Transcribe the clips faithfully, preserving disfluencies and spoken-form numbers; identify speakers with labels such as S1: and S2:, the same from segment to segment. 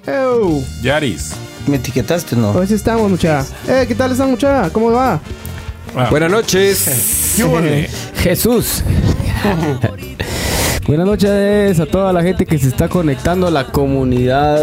S1: Ew.
S2: Yaris.
S3: ¿Me etiquetaste o no?
S1: Hoy sí estamos, muchacha. Eh, ¿qué tal están, muchacha? ¿Cómo va?
S2: Ah.
S4: Buenas noches.
S2: ¿Qué huele?
S5: Jesús. Buenas noches a toda la gente que se está conectando a la comunidad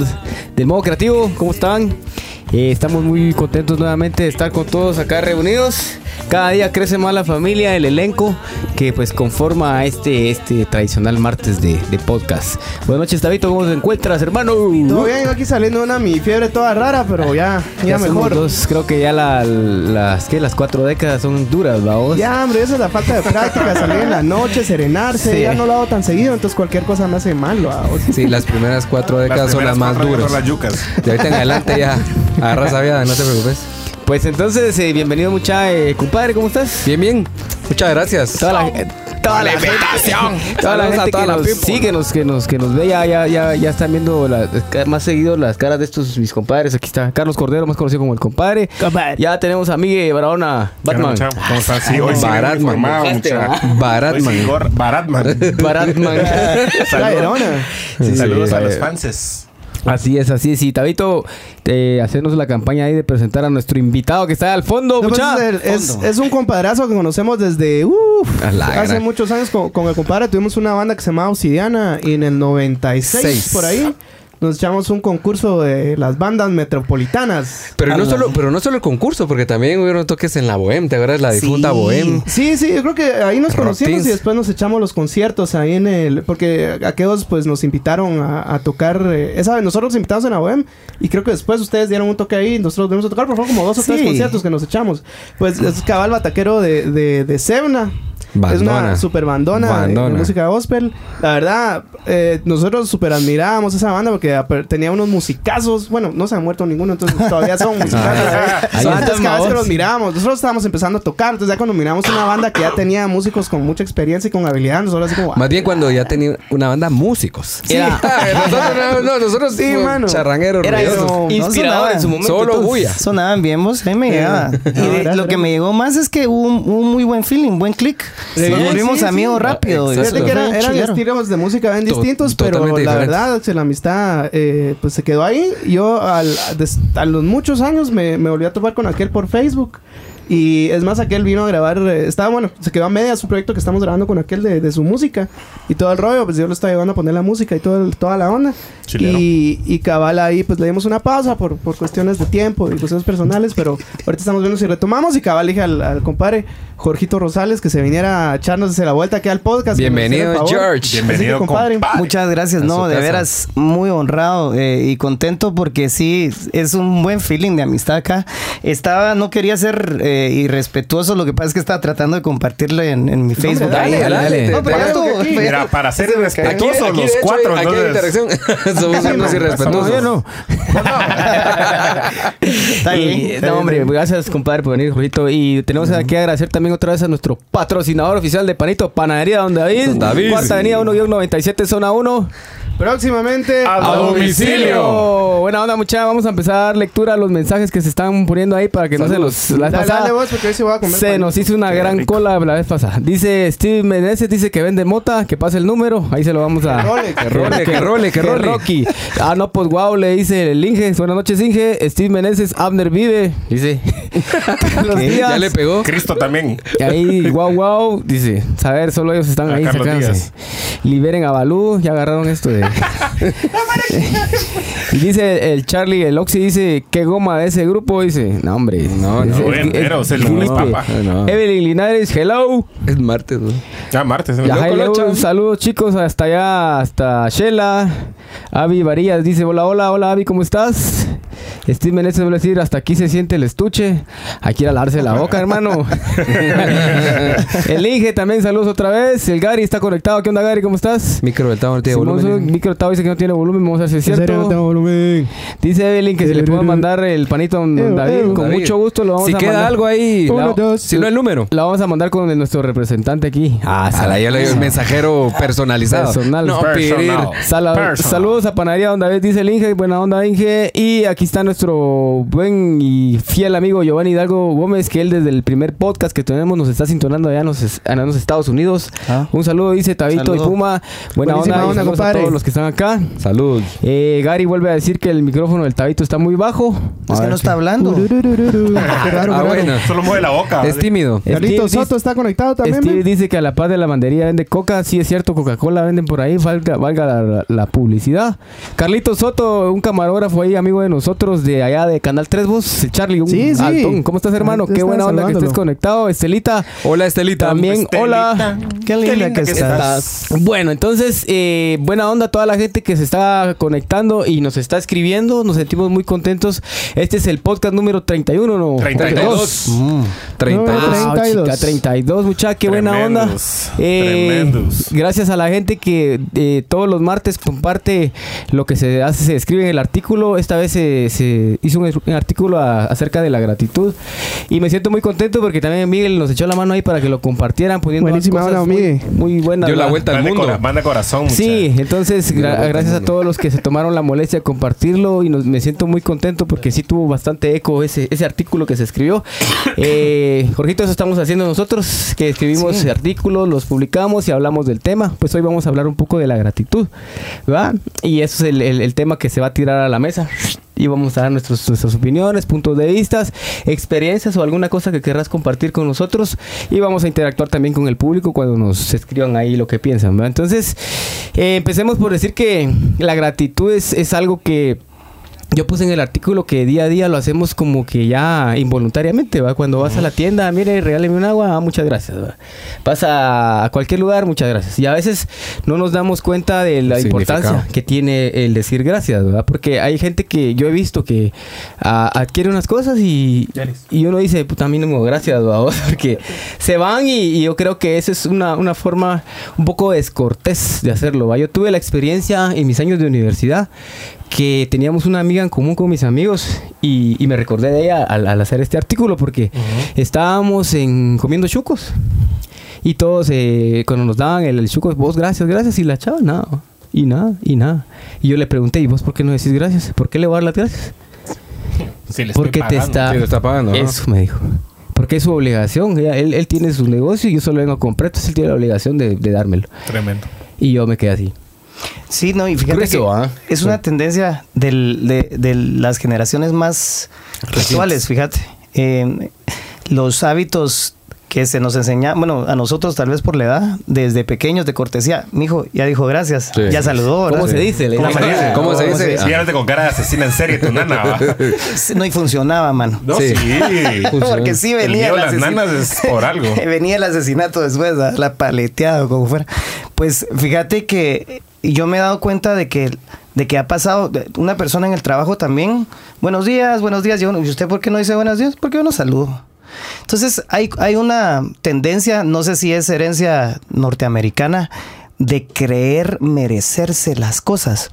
S5: del modo creativo. ¿Cómo están? Eh, estamos muy contentos nuevamente de estar con todos acá reunidos. Cada día crece más la familia, el elenco que pues conforma este, este tradicional martes de, de podcast. Buenas noches, Tabito, ¿cómo te encuentras, hermano?
S1: Todo bien, yo aquí saliendo de una mi fiebre toda rara, pero ya, ya,
S5: Ya
S1: mejor.
S5: dos, creo que ya la, las, ¿qué? las cuatro décadas son duras, vamos.
S1: Ya, hombre, esa es la falta de práctica, salir en la noche, serenarse.
S5: Sí.
S1: Ya no lo hago tan seguido, entonces cualquier cosa me hace mal, vamos.
S4: Sí, las primeras cuatro décadas son las más
S2: cuatro
S4: duras.
S2: son las yucas.
S4: De ahorita en adelante ya agarras aviada, no te preocupes.
S5: Pues entonces, eh, bienvenido mucha, eh, compadre, ¿cómo estás?
S4: Bien, bien. Muchas gracias.
S5: Toda la, eh, toda la gente, toda la
S4: Saludos a
S5: gente
S4: toda
S5: que
S4: la
S5: nos
S4: people.
S5: sí, que nos, que nos, que nos ve, ya, ya, ya, ya están viendo la, más seguido las caras de estos mis compadres. Aquí está Carlos Cordero, más conocido como el compadre.
S1: Compadre.
S5: Ya tenemos a Miguel Barahona, Batman.
S2: ¿Cómo estás? Sí, hoy sí vengo
S4: Baratman.
S2: informado,
S5: Mojaste,
S2: mucha.
S5: ¿va?
S4: Baratman.
S2: Hoy sí, Gor- Baratman.
S5: Batman.
S1: La Verona.
S5: Sí,
S2: Saludos
S5: sí,
S2: a
S5: eh,
S2: los fanses.
S5: Así es, así es. Y Tabito, eh, hacernos la campaña ahí de presentar a nuestro invitado que está al fondo,
S1: No, pues,
S5: mucha.
S1: es, es, es un compadrazo que conocemos desde uf,
S4: A la
S1: hace
S4: gran.
S1: muchos años con, con el compadre. Tuvimos una banda que se llamaba Obsidiana y en el noventa y seis,
S4: Seis.
S1: por ahí, nos echamos un concurso de las bandas metropolitanas.
S4: Pero no solo, pero no solo el concurso, porque también hubieron toques en la Bohem, ¿te acuerdas? La difunta Bohem.
S1: Sí, sí, yo creo que ahí nos conocimos
S4: Rotins.
S1: y después nos echamos los conciertos ahí en el... Porque aquellos pues nos invitaron a, a tocar... Eh, esa vez nosotros nos invitamos en la Bohem y creo que después ustedes dieron un toque ahí y nosotros vimos a tocar, pero fueron como dos o tres
S3: Sí.
S1: conciertos que nos echamos. Pues es cabal bataquero de, de, de Sebna.
S4: Bandona.
S1: Es una super bandona, de-
S4: Bandona.
S1: De, música gospel. La verdad, eh, nosotros super admirábamos esa banda porque aper- tenía unos musicazos. Bueno, no se ha muerto ninguno, entonces todavía son musicazos.
S5: Ah, ahí
S1: So, antes
S5: están,
S1: cada vez que
S5: vamos.
S1: los mirábamos, nosotros estábamos empezando a tocar. Entonces ya cuando miramos una banda que ya tenía músicos con mucha experiencia y con habilidad, nosotros así como...
S4: Más bien cuando ya tenía una banda músicos.
S5: Era-
S4: nosotros no, no, nosotros
S1: Sí,
S4: pues,
S1: mano.
S4: charrangueros,
S5: Era
S4: ruidosos.
S3: no, no
S5: inspirador
S3: sonaba.
S5: en su momento.
S4: Solo
S5: entonces.
S4: bulla.
S3: Sonaban bien, vos. A mí me llegaba. Y de-
S1: Ahora,
S3: lo que
S1: ahora.
S3: me llegó más es que hubo un, un muy buen feeling, buen click.
S1: Sí,
S3: Nos volvimos
S1: sí,
S3: amigos
S1: sí.
S3: rápido.
S4: Exacto.
S1: Fíjate que era-
S3: Fue
S1: eran
S3: chilero.
S1: estilos de música bien
S4: To-
S1: distintos, pero
S4: totalmente
S1: la
S4: diferentes.
S1: verdad, que la amistad eh, pues se quedó ahí. Yo al, des- a los muchos años me, me volví a topar con aquel por Facebook. Y es más, aquel vino a grabar, eh, estaba bueno, se quedó a media su proyecto que estamos grabando con aquel de, de su música y todo el rollo, pues yo lo estaba llevando a poner la música y todo el- toda la onda.
S2: Chilero.
S1: Y, y cabal ahí pues le dimos una pausa por, por cuestiones de tiempo y cuestiones personales, pero ahorita estamos viendo si retomamos y cabal dije al, al compadre Jorgito Rosales que se viniera a echarnos la vuelta aquí al podcast. que nos hiciera
S4: Bienvenido,
S1: el favor.
S4: George.
S2: Bienvenido,
S1: Así que, compadre.
S2: compadre.
S3: Muchas gracias,
S4: A
S3: no,
S4: su
S3: de
S4: casa.
S3: veras muy honrado eh, y contento porque sí, es un buen feeling de amistad acá. Estaba, no quería ser eh, irrespetuoso, lo que pasa es que estaba tratando de compartirlo en, en mi Facebook.
S1: dale,
S3: Ahí,
S4: dale, dale.
S3: No, pero
S1: Dale,
S3: ya estuvo.
S1: porque aquí-
S3: Fue-
S2: Mira, para ser
S4: Aquí,
S2: irrespetuosos
S4: aquí,
S2: los
S4: de hecho,
S2: cuatro,
S4: aquí hay
S2: entonces...
S4: interacción. Somos
S2: Sí,
S4: unos
S2: no,
S4: irrespetuosos.
S5: No, yo no.
S3: Está
S5: Y,
S3: bien. está
S5: no,
S3: bien.
S5: hombre, gracias, compadre, por venir, Jorgito. Y tenemos aquí que agradecer también otra vez a nuestro patrocinador oficial de Panito, Panadería Don David.
S4: Don David.
S5: Cuarta Avenida uno noventa y siete, zona uno.
S1: Próximamente
S2: A
S5: A
S2: domicilio.
S5: domicilio. Buena onda, muchacha. Vamos a empezar a dar lectura a los mensajes que se están poniendo ahí para que no se los... La vez
S1: Dale,
S5: pasada
S1: dale vos porque hoy sí voy a comer.
S5: se
S1: pan.
S5: nos hizo una
S2: Qué
S5: gran
S2: rico.
S5: cola la vez pasada. Dice Steve Meneses, dice que vende mota, que pase el número. Ahí se lo vamos a...
S1: Que role,
S4: Que role, que role, que role.
S5: Rocky. Ah, no, pues wow, le dice el Inge. Buenas noches, Inge. Steve Meneses, Abner vive. Dice. Carlos
S4: ¿Qué?
S5: Díaz.
S4: Ya le pegó.
S2: Cristo también.
S5: Y ahí, wow, wow. Dice, saber, solo ellos están
S2: A
S5: ahí
S2: Carlos
S5: sacándose.
S2: Díaz.
S5: Liberen a Balú. Ya agarraron esto de... Y dice el Charlie, el Oxy, dice, ¿qué goma de ese grupo? Dice, no, hombre.
S4: No, no.
S5: Es- es-
S2: Entero,
S5: es-
S2: es el
S5: es-
S2: lunes,
S5: no.
S2: papa.
S4: No.
S5: Evelyn Linares, hello.
S4: Es martes, ¿no?
S2: Ya martes. ¿no?
S5: Ya,
S4: Loco,
S5: hello,
S4: locha.
S5: saludos chicos, hasta allá, hasta Shela. Avi Varillas dice, hola, hola, hola Avi, ¿cómo estás? Steve Meneses vuelve a decir, hasta aquí se siente el estuche. Hay que ir a lavarse la boca, hermano. El Inge también, saludos otra vez. El Gary está conectado. ¿Qué onda, Gary? ¿Cómo estás?
S4: Micro del no tiene
S5: Simón,
S4: volumen.
S5: Micro Tavo dice que no tiene volumen. Vamos a ver si es
S1: En
S5: cierto.
S1: serio, no tengo volumen.
S5: Dice Evelyn que si le puedo mandar el panito a don
S1: Eh,
S5: David,
S1: eh,
S5: con
S4: David.
S5: mucho gusto lo vamos
S4: Si
S5: a
S4: queda
S5: mandar.
S4: algo ahí,
S1: Uno,
S4: la-
S1: dos,
S4: si no el número.
S5: La vamos a mandar con el- nuestro representante aquí. Ah,
S4: A la ya le dio el mensajero personalizado.
S5: Personal.
S4: No,
S2: Personal.
S4: pedir.
S5: Sala-
S2: Personal.
S5: saludos a Panadería Don David, dice el Inge. Buena onda, Inge. Y aquí está nuestro nuestro buen y fiel amigo Giovanni Hidalgo Gómez, que él desde el primer podcast que tenemos nos está sintonando allá en los, en los Estados Unidos.
S3: Ah.
S5: Un saludo, dice Tabito
S3: Saludo.
S5: y Puma. Buena
S1: Buenísima
S5: onda, y
S1: onda,
S5: saludos a
S1: compadre.
S5: todos los que están acá.
S4: Salud.
S5: Eh, Gary vuelve a decir que el micrófono del Tabito está muy bajo.
S3: Es
S5: A
S3: que
S5: ver
S3: no
S5: qué-
S3: está hablando.
S1: Ururururu. Qué raro,
S4: Ah,
S1: qué raro.
S4: bueno.
S2: Solo mueve la boca.
S4: Es tímido.
S1: Carlitos
S5: Steve
S1: Soto está conectado también.
S5: Steve
S1: men.
S5: dice que a la paz de la bandería vende coca. Sí, es cierto, Coca-Cola venden por ahí. Valga, valga la, la publicidad. Carlitos Soto, un camarógrafo ahí, amigo de nosotros, de allá de Canal tres Voz. Charlie, un
S1: Sí, sí.
S5: altón. ¿Cómo estás, hermano?
S1: Ahí te
S5: Qué
S1: están
S5: buena onda que
S1: saludándolo.
S5: estés conectado. Estelita.
S4: Hola, Estelita.
S5: También,
S2: Estelita.
S5: hola.
S3: Qué linda,
S2: linda
S3: que
S2: que
S3: estás.
S5: Bueno, entonces, eh, buena onda a toda la gente que se está conectando y nos está escribiendo. Nos sentimos muy contentos. Este es el podcast número treinta y uno, ¿no?
S2: treinta y dos.
S3: Mm.
S4: treinta y dos.
S1: No,
S5: Ah,
S1: treinta y dos.
S5: chica, treinta y dos, muchacha, qué buena onda.
S2: Tremendos,
S5: Eh,
S2: tremendos.
S5: gracias a la gente que eh, todos los martes comparte lo que se hace, se escribe en el artículo. Esta vez se, se hizo un, un artículo a- acerca de la gratitud y me siento muy contento porque también Miguel nos echó la mano ahí para que lo compartieran, poniendo
S1: Buenísima
S5: cosas
S1: onda,
S5: muy,
S1: Miguel.
S5: muy buenas.
S4: Dio la
S5: ¿verdad?
S4: vuelta al
S2: Manda
S4: mundo.
S2: cora- Manda corazón, muchacha.
S5: Sí, entonces
S4: Dio la
S5: gra-
S4: vuelta
S5: gracias
S4: al
S5: a
S4: mundo.
S5: todos los que se tomaron la molestia de compartirlo y nos, me siento muy contento porque sí tuvo bastante eco ese, ese artículo que se escribió. Eh, Jorgito, eso estamos haciendo nosotros, que escribimos
S3: Sí.
S5: artículos, los publicamos y hablamos del tema. Pues hoy vamos a hablar un poco de la gratitud, ¿verdad? Y eso es el, el- el tema que se va a tirar a la mesa. Y vamos a dar nuestros, nuestras opiniones, puntos de vista, experiencias o alguna cosa que querrás compartir con nosotros. Y vamos a interactuar también con el público cuando nos escriban ahí lo que piensan, ¿verdad? Entonces, eh, empecemos por decir que la gratitud es, es algo que yo puse en el artículo que día a día lo hacemos como que ya involuntariamente, ¿va? Cuando vas a la tienda, mire, regáleme un agua, ah, muchas gracias, ¿va? Vas a a cualquier lugar, muchas gracias. Y a veces no nos damos cuenta de la
S4: Significado.
S5: importancia que tiene el decir gracias, ¿verdad? Porque hay gente que yo he visto que ah, adquiere unas cosas y, y uno dice, puta, mínimo gracias, ¿va? Porque se van y, y yo creo que esa es una, una forma un poco descortés de hacerlo, ¿va? Yo tuve la experiencia en mis años de universidad que teníamos una amiga en común con mis amigos y, y me recordé de ella al, al hacer este artículo porque estábamos en, comiendo chucos y todos eh, cuando nos daban el, el chuco, vos gracias, gracias y la chava, nada, y nada, y nada. Y yo le pregunté, ¿y vos por qué no decís gracias? ¿Por qué le voy a dar las gracias?
S2: Sí, le estoy
S5: Porque te
S2: pagando.
S5: está...
S4: Sí, lo está pagando, ¿no?
S5: Eso me dijo. Porque es su obligación. Ella- Él, él tiene su negocio y yo solo vengo a comprar, entonces él tiene la obligación de, de dármelo.
S2: Tremendo.
S5: Y yo me quedé así.
S3: Sí, no, y fíjate
S5: Grueso,
S3: que
S5: ¿ah?
S3: es una tendencia del- de, de las generaciones más actuales, fíjate. Eh, los hábitos que se nos enseñan, bueno, a nosotros tal vez por la edad, desde pequeños de cortesía. Mijo, ya dijo gracias,
S4: Sí.
S3: ya saludó, ¿verdad?
S5: ¿Cómo se dice?
S3: ¿Cómo se dice?
S4: ¿Cómo se dice?
S2: Sí, ahora con cara de asesina en serie tu nana, ¿va?
S3: No, y funcionaba, mano.
S2: No,
S4: Sí.
S2: sí.
S3: Porque sí
S2: El
S3: venía
S2: mío,
S3: el,
S2: las
S3: asesin-
S2: nanas es por algo.
S3: venía el asesinato después, ¿verdad? La paleteada o como fuera. Pues fíjate que yo me he dado cuenta de que de que ha pasado de- una persona en el trabajo también. Buenos días, buenos días. Yo, ¿y usted por qué no dice buenos días? Porque yo no saludo. Entonces hay, hay una tendencia, no sé si es herencia norteamericana, de creer merecerse las cosas.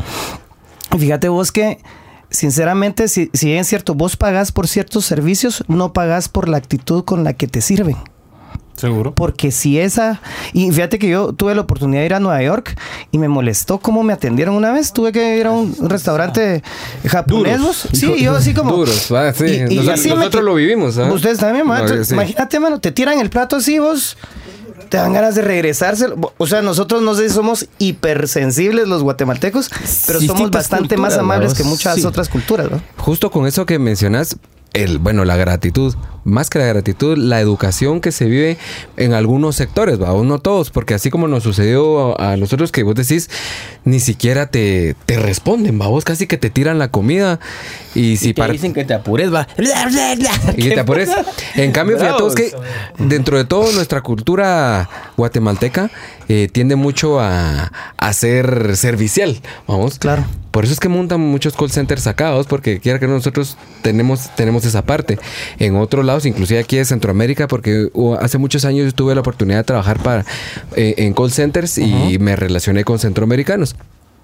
S3: Fíjate vos que, sinceramente, si, si bien es cierto, vos pagás por ciertos servicios, no pagás por la actitud con la que te sirven.
S2: Seguro.
S3: Porque si esa... Y fíjate que yo tuve la oportunidad de ir a Nueva York y me molestó cómo me atendieron una vez. Tuve que ir a un restaurante japonés.
S4: Duros.
S3: ¿vos? Sí, yo así como...
S4: Duros, va, sí.
S3: Y- y
S4: Nosotros-
S3: así me
S4: nosotros
S3: que-
S4: lo vivimos, ¿ah?
S3: Ustedes también, mano.
S4: No,
S3: Entonces,
S4: sí.
S3: imagínate, mano, te tiran el plato así, vos... Te dan ganas de regresárselo. O sea, nosotros no sé si somos hipersensibles los guatemaltecos, pero somos
S5: Distintas
S3: bastante más
S5: culturas,
S3: amables
S5: ¿no?
S3: que muchas
S5: Sí.
S3: otras culturas, ¿no?
S4: Justo con eso que mencionas, el, bueno, la gratitud, más que la gratitud, la educación que se vive en algunos sectores, va, o no todos, porque así como nos sucedió a, a nosotros que vos decís, ni siquiera te, te responden, va, vos casi que te tiran la comida y si
S5: Y te
S4: para...
S5: dicen que te apures, va.
S4: Y que te apures. En cambio, fíjate vos que dentro de todo nuestra cultura guatemalteca eh, tiende mucho a, a ser servicial, vamos.
S3: Claro.
S4: Por eso es que montan muchos call centers sacados, porque quiera que nosotros tenemos, tenemos esa parte. En otros lados, inclusive aquí de Centroamérica, porque uh, hace muchos años yo tuve la oportunidad de trabajar para, eh, en call centers y me relacioné con centroamericanos.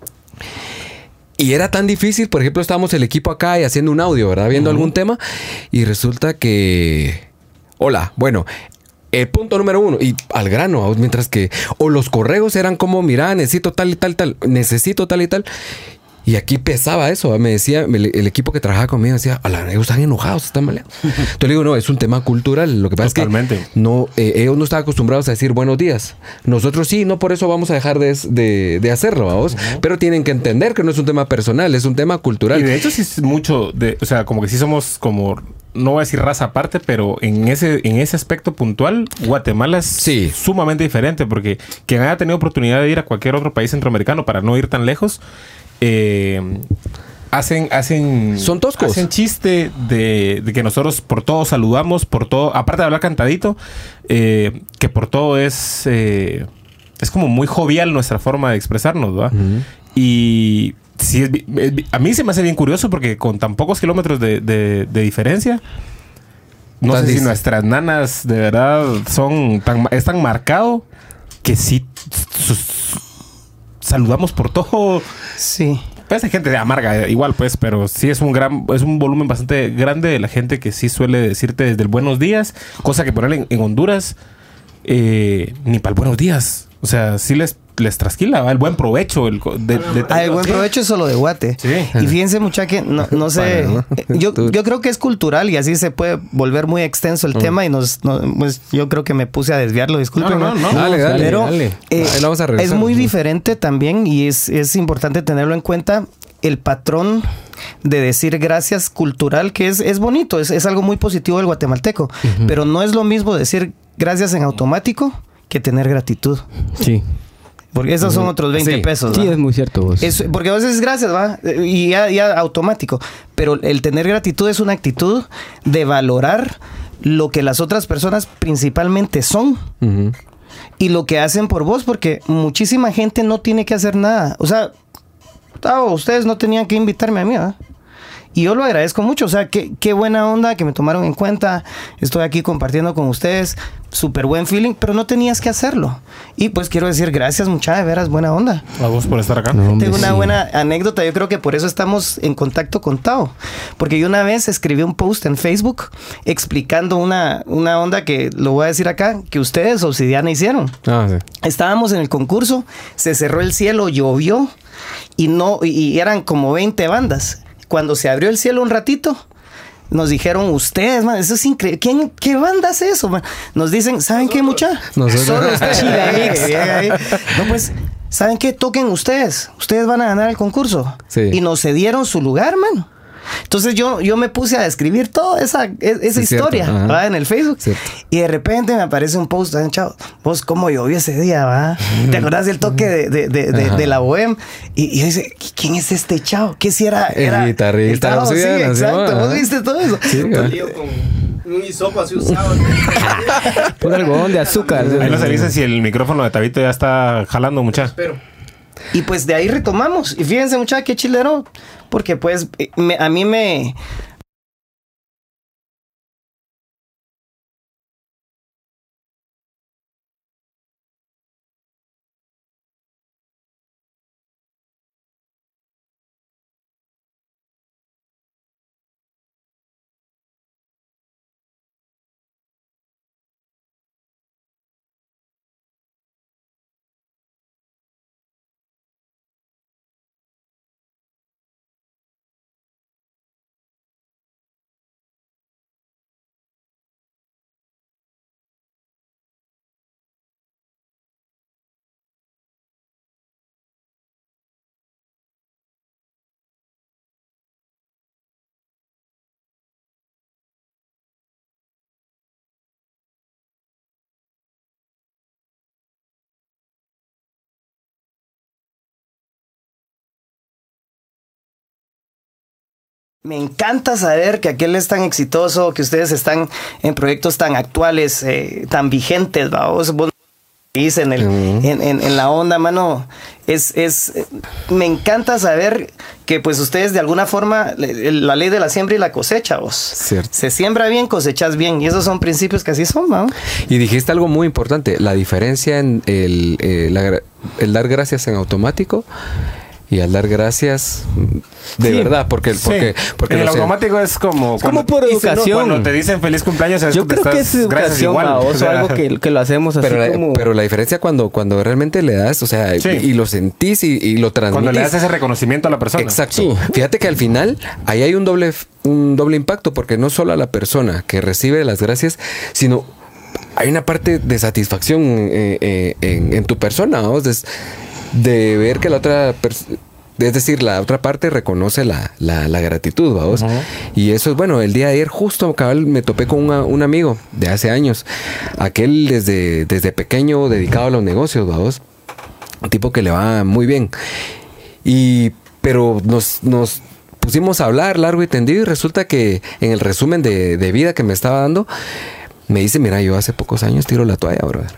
S4: Y era tan difícil, por ejemplo, estábamos el equipo acá y haciendo un audio, ¿verdad? Viendo algún tema. Y resulta que... Hola, bueno... El punto número uno, y al grano, ¿vamos? Mientras que... O los correos eran como, mira, necesito tal y tal y tal. Necesito tal y tal. Y aquí pesaba eso. Me decía, me- el equipo que trabajaba conmigo decía, a la ellos están enojados, están maleados. Entonces le digo, no, es un tema cultural. Lo que pasa
S2: Totalmente.
S4: es que no, eh, ellos no estaban acostumbrados a decir buenos días. Nosotros sí, no por eso vamos a dejar de, de, de hacerlo, vamos. Pero tienen que entender que no es un tema personal, es un tema cultural.
S2: Y de hecho sí es mucho de, o sea, como que sí somos como, no voy a decir raza aparte, pero en ese, en ese aspecto puntual, Guatemala es
S4: Sí.
S2: sumamente diferente, porque quien haya tenido oportunidad de ir a cualquier otro país centroamericano, para no ir tan lejos, eh, hacen, hacen,
S4: Son toscos.
S2: hacen chiste de, de que nosotros por todo saludamos, por todo, aparte de hablar cantadito, eh, que por todo es, eh, es como muy jovial nuestra forma de expresarnos, ¿va?
S4: Ujú.
S2: Y sí, es bi- es bi- a mí se me hace bien curioso porque con tan pocos kilómetros de, de- de diferencia, no
S4: Tan
S2: sé si
S4: dis-
S2: nuestras nanas de verdad son tan, ma- es tan marcado que sí sus- saludamos por todo.
S3: Sí.
S2: Pues hay gente de amarga eh, igual, pues, pero sí es un gran, es un volumen bastante grande de la gente que sí suele decirte desde el buenos días, cosa que por ejemplo en, en Honduras eh, ni para el buenos días. O sea, sí les, les trasquila, ¿va? El buen provecho. El, co- de, de-
S3: Ah, el buen
S2: Sí.
S3: provecho es solo de guate.
S2: Sí.
S3: Y fíjense, mucha que no, no sé.
S4: Bueno, ¿no?
S3: eh, Yo,
S4: Tú-
S3: yo creo que es cultural y así se puede volver muy extenso el tema. Y nos, no- pues yo creo que me puse a desviarlo, disculpen.
S2: No, no, no.
S4: Dale, dale,
S3: Pero
S4: dale.
S3: eh,
S4: Ahí lo vamos a
S3: es
S4: revisar.
S3: muy diferente también y es, es importante tenerlo en cuenta. El patrón de decir gracias cultural, que es, es bonito, es, es algo muy positivo del guatemalteco. Pero no es lo mismo decir gracias en automático que tener gratitud.
S5: Sí.
S3: Porque esos son otros veinte
S4: Sí.
S3: pesos.
S5: Sí,
S3: ¿va?
S5: es muy cierto vos.
S3: Es- porque a veces gracias, va, y ya, ya automático. Pero el tener gratitud es una actitud de valorar lo que las otras personas principalmente son
S4: Ujú.
S3: y lo que hacen por vos, porque muchísima gente no tiene que hacer nada. O sea, Tavo, ustedes no tenían que invitarme a mí, ¿verdad? Y yo lo agradezco mucho. O sea, qué, qué buena onda que me tomaron en cuenta. Estoy aquí compartiendo con ustedes. Súper buen feeling, pero no tenías que hacerlo. Y pues quiero decir gracias, muchachos, de veras, buena onda.
S2: A vos por estar acá.
S5: No, hombre,
S3: Tengo una
S5: sí.
S3: buena anécdota. Yo creo que por eso estamos en contacto con Tao. Porque yo una vez escribí un post en Facebook explicando una, una onda que lo voy a decir acá, que ustedes, Obsidiana, hicieron.
S4: Ah, sí.
S3: Estábamos en el concurso, se cerró el cielo, llovió y no y, y eran como veinte bandas. Cuando se abrió el cielo un ratito, nos dijeron ustedes, man, eso es increíble. ¿Quién, ¿Qué banda es eso, man? Nos dicen, ¿saben qué, mucha?
S4: Nosotros.
S3: Solo ustedes. Chilamix. Bien ahí. No, pues, ¿saben qué? Toquen ustedes. Ustedes van a ganar el concurso.
S4: Sí.
S3: Y nos cedieron su lugar, man. Entonces yo, yo me puse a describir toda esa, e- esa
S4: Es cierto,
S3: historia,
S4: ajá.
S3: ¿va? En el Facebook.
S4: Cierto.
S3: Y de repente me aparece un post, ¿saben, chavo? Vos, ¿cómo llovió ese día, va? ¿Te acordás del toque de, de, de, de,
S4: Ajá.
S3: de la bohem? Y, y yo dice, ¿quién es este chavo? ¿Qué si era?
S4: El
S3: era
S4: guitarrista,
S3: el Tao, sí,
S4: sí, era,
S3: exacto.
S4: sí,
S3: ¿Vos
S4: ajá.
S3: viste todo eso?
S4: Sí,
S3: Entonces,
S1: Lío con un hisopo así usado.
S5: Pon algodón de azúcar.
S2: Ahí nos avisan si el micrófono de Tabito ya está jalando, muchachos.
S1: Pero
S3: y pues de ahí retomamos. Y fíjense, muchachos, qué chilero. Porque pues eh, me- a mí me... Me encanta saber que aquel es tan exitoso, que ustedes están en proyectos tan actuales, eh, tan vigentes, ¿va? Vos, vos dicen en, el,
S4: Ujú.
S3: en, en, en la onda, mano. Es, es, eh, me encanta saber que pues ustedes de alguna forma, le- la ley de la siembra y la cosecha, vos.
S4: Cierto.
S3: Se siembra bien, cosechas bien. Y esos son principios que así son, ¿va?
S4: Y dijiste algo muy importante, la diferencia en el, eh, la gra- el dar gracias en automático Y al dar gracias, de
S2: Sí.
S4: verdad, porque, porque,
S2: Sí.
S4: porque
S2: en el
S4: lo sé-
S2: automático es como...
S5: Es como
S2: cuando-
S5: por
S2: y si no,
S5: educación.
S2: Cuando te dicen feliz cumpleaños, es
S5: Yo creo que es educación,
S1: igual,
S5: o sea, algo que, que lo hacemos así
S4: pero, la,
S5: como...
S4: pero la diferencia cuando, cuando realmente le das, o sea,
S2: Sí.
S4: y, y lo sentís y, y lo transmites.
S2: Cuando le das ese reconocimiento a la persona.
S4: Exacto.
S5: Sí.
S4: Fíjate que al final ahí hay un doble, un doble impacto, porque no solo a la persona que recibe las gracias, sino hay una parte de satisfacción eh, eh, en, en tu persona, ¿no? de, de ver que la otra persona... Es decir, la otra parte reconoce la, la, la gratitud, vamos.
S2: Ujú.
S4: Y eso es bueno. El día de ayer justo cabal, me topé con una- un amigo de hace años. Aquel desde, desde pequeño dedicado a los negocios, vamos. Un tipo que le va muy bien. Y, pero nos, nos pusimos a hablar largo y tendido y resulta que en el resumen de, de vida que me estaba dando, me dice, mira, yo hace pocos años tiro la toalla, brother.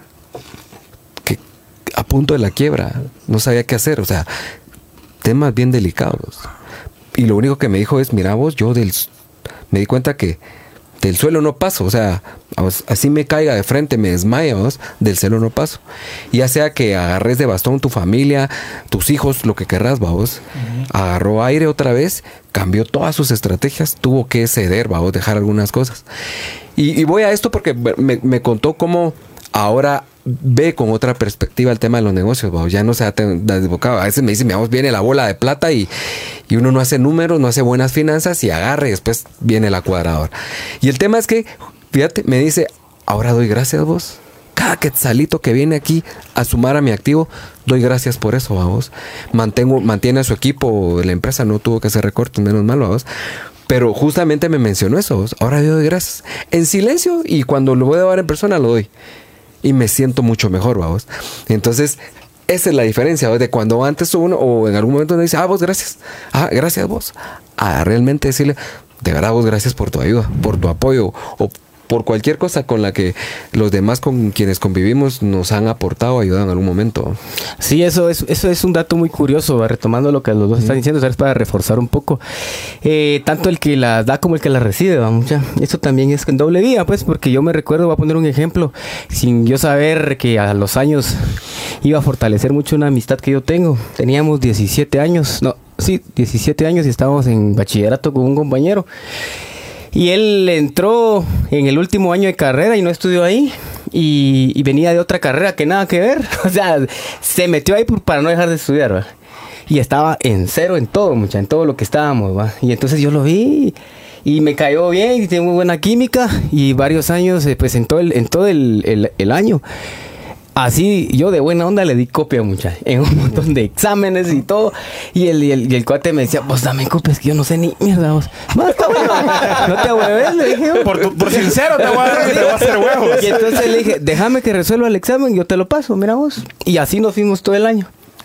S4: Que a punto de la quiebra. No sabía qué hacer. O sea, temas bien delicados. Y lo único que me dijo es, mira vos, yo del, me di cuenta que del suelo no paso. O sea, así me caiga de frente, me desmaya, vos, del suelo no paso. Ya sea que agarres de bastón tu familia, tus hijos, lo que querrás, vos. Uh-huh. Agarró aire otra vez, cambió todas sus estrategias, tuvo que ceder, vos, dejar algunas cosas. Y, y voy a esto porque me, me contó cómo ahora ve con otra perspectiva el tema de los negocios, ¿va? Ya no se ha desbocado. A veces me dice, vamos, viene la bola de plata y, y uno no hace números, no hace buenas finanzas y agarra y después viene la cuadradora. Y el tema es que, fíjate, me dice, ahora doy gracias vos. Cada quetzalito que viene aquí a sumar a mi activo, doy gracias por eso, vamos. Mantengo, mantiene a su equipo, la empresa no tuvo que hacer recortes, menos mal, vamos. Pero justamente me mencionó eso, ¿vos? Ahora yo doy gracias. En silencio y cuando lo voy a dar en persona lo doy. Y me siento mucho mejor, vamos. Entonces, esa es la diferencia, ¿vos? De cuando antes uno, o en algún momento uno dice, ah, vos, gracias. Ah, gracias vos. A realmente decirle, de verdad vos, gracias por tu ayuda, por tu apoyo, o por cualquier cosa con la que los demás con quienes convivimos nos han aportado o ayudado en algún momento.
S5: Sí, eso es, eso es un dato muy curioso, ¿va? Retomando lo que los dos están diciendo, ¿sabes? Para reforzar un poco. Eh, tanto el que las da como el que las recibe, ¿va? Mucha. Eso también es en doble vía, pues, porque yo me recuerdo, voy a poner un ejemplo, sin yo saber que a los años iba a fortalecer mucho una amistad que yo tengo. Teníamos diecisiete años, no, sí, diecisiete años y estábamos en bachillerato con un compañero. Y él entró en el último año de carrera y no estudió ahí. Y, y venía de otra carrera que nada que ver. O sea, se metió ahí por, para no dejar de estudiar, ¿va? Y estaba en cero en todo, mucha, en todo lo que estábamos, ¿va? Y entonces yo lo vi y me cayó bien y tiene muy buena química. Y varios años, eh, pues en todo el, en todo el, el, el año. Así, yo de buena onda le di copia, mucha, en un montón de exámenes y todo. Y el, y el, y el cuate me decía, vos dame copias que yo no sé ni mierda, vos. No, está bueno, no te ahueves, le dije.
S2: Por, tu, por sincero te voy a dar, te voy a hacer huevos.
S5: Y entonces le dije, déjame que resuelva el examen, yo te lo paso, mira vos. Y así nos fuimos todo el año.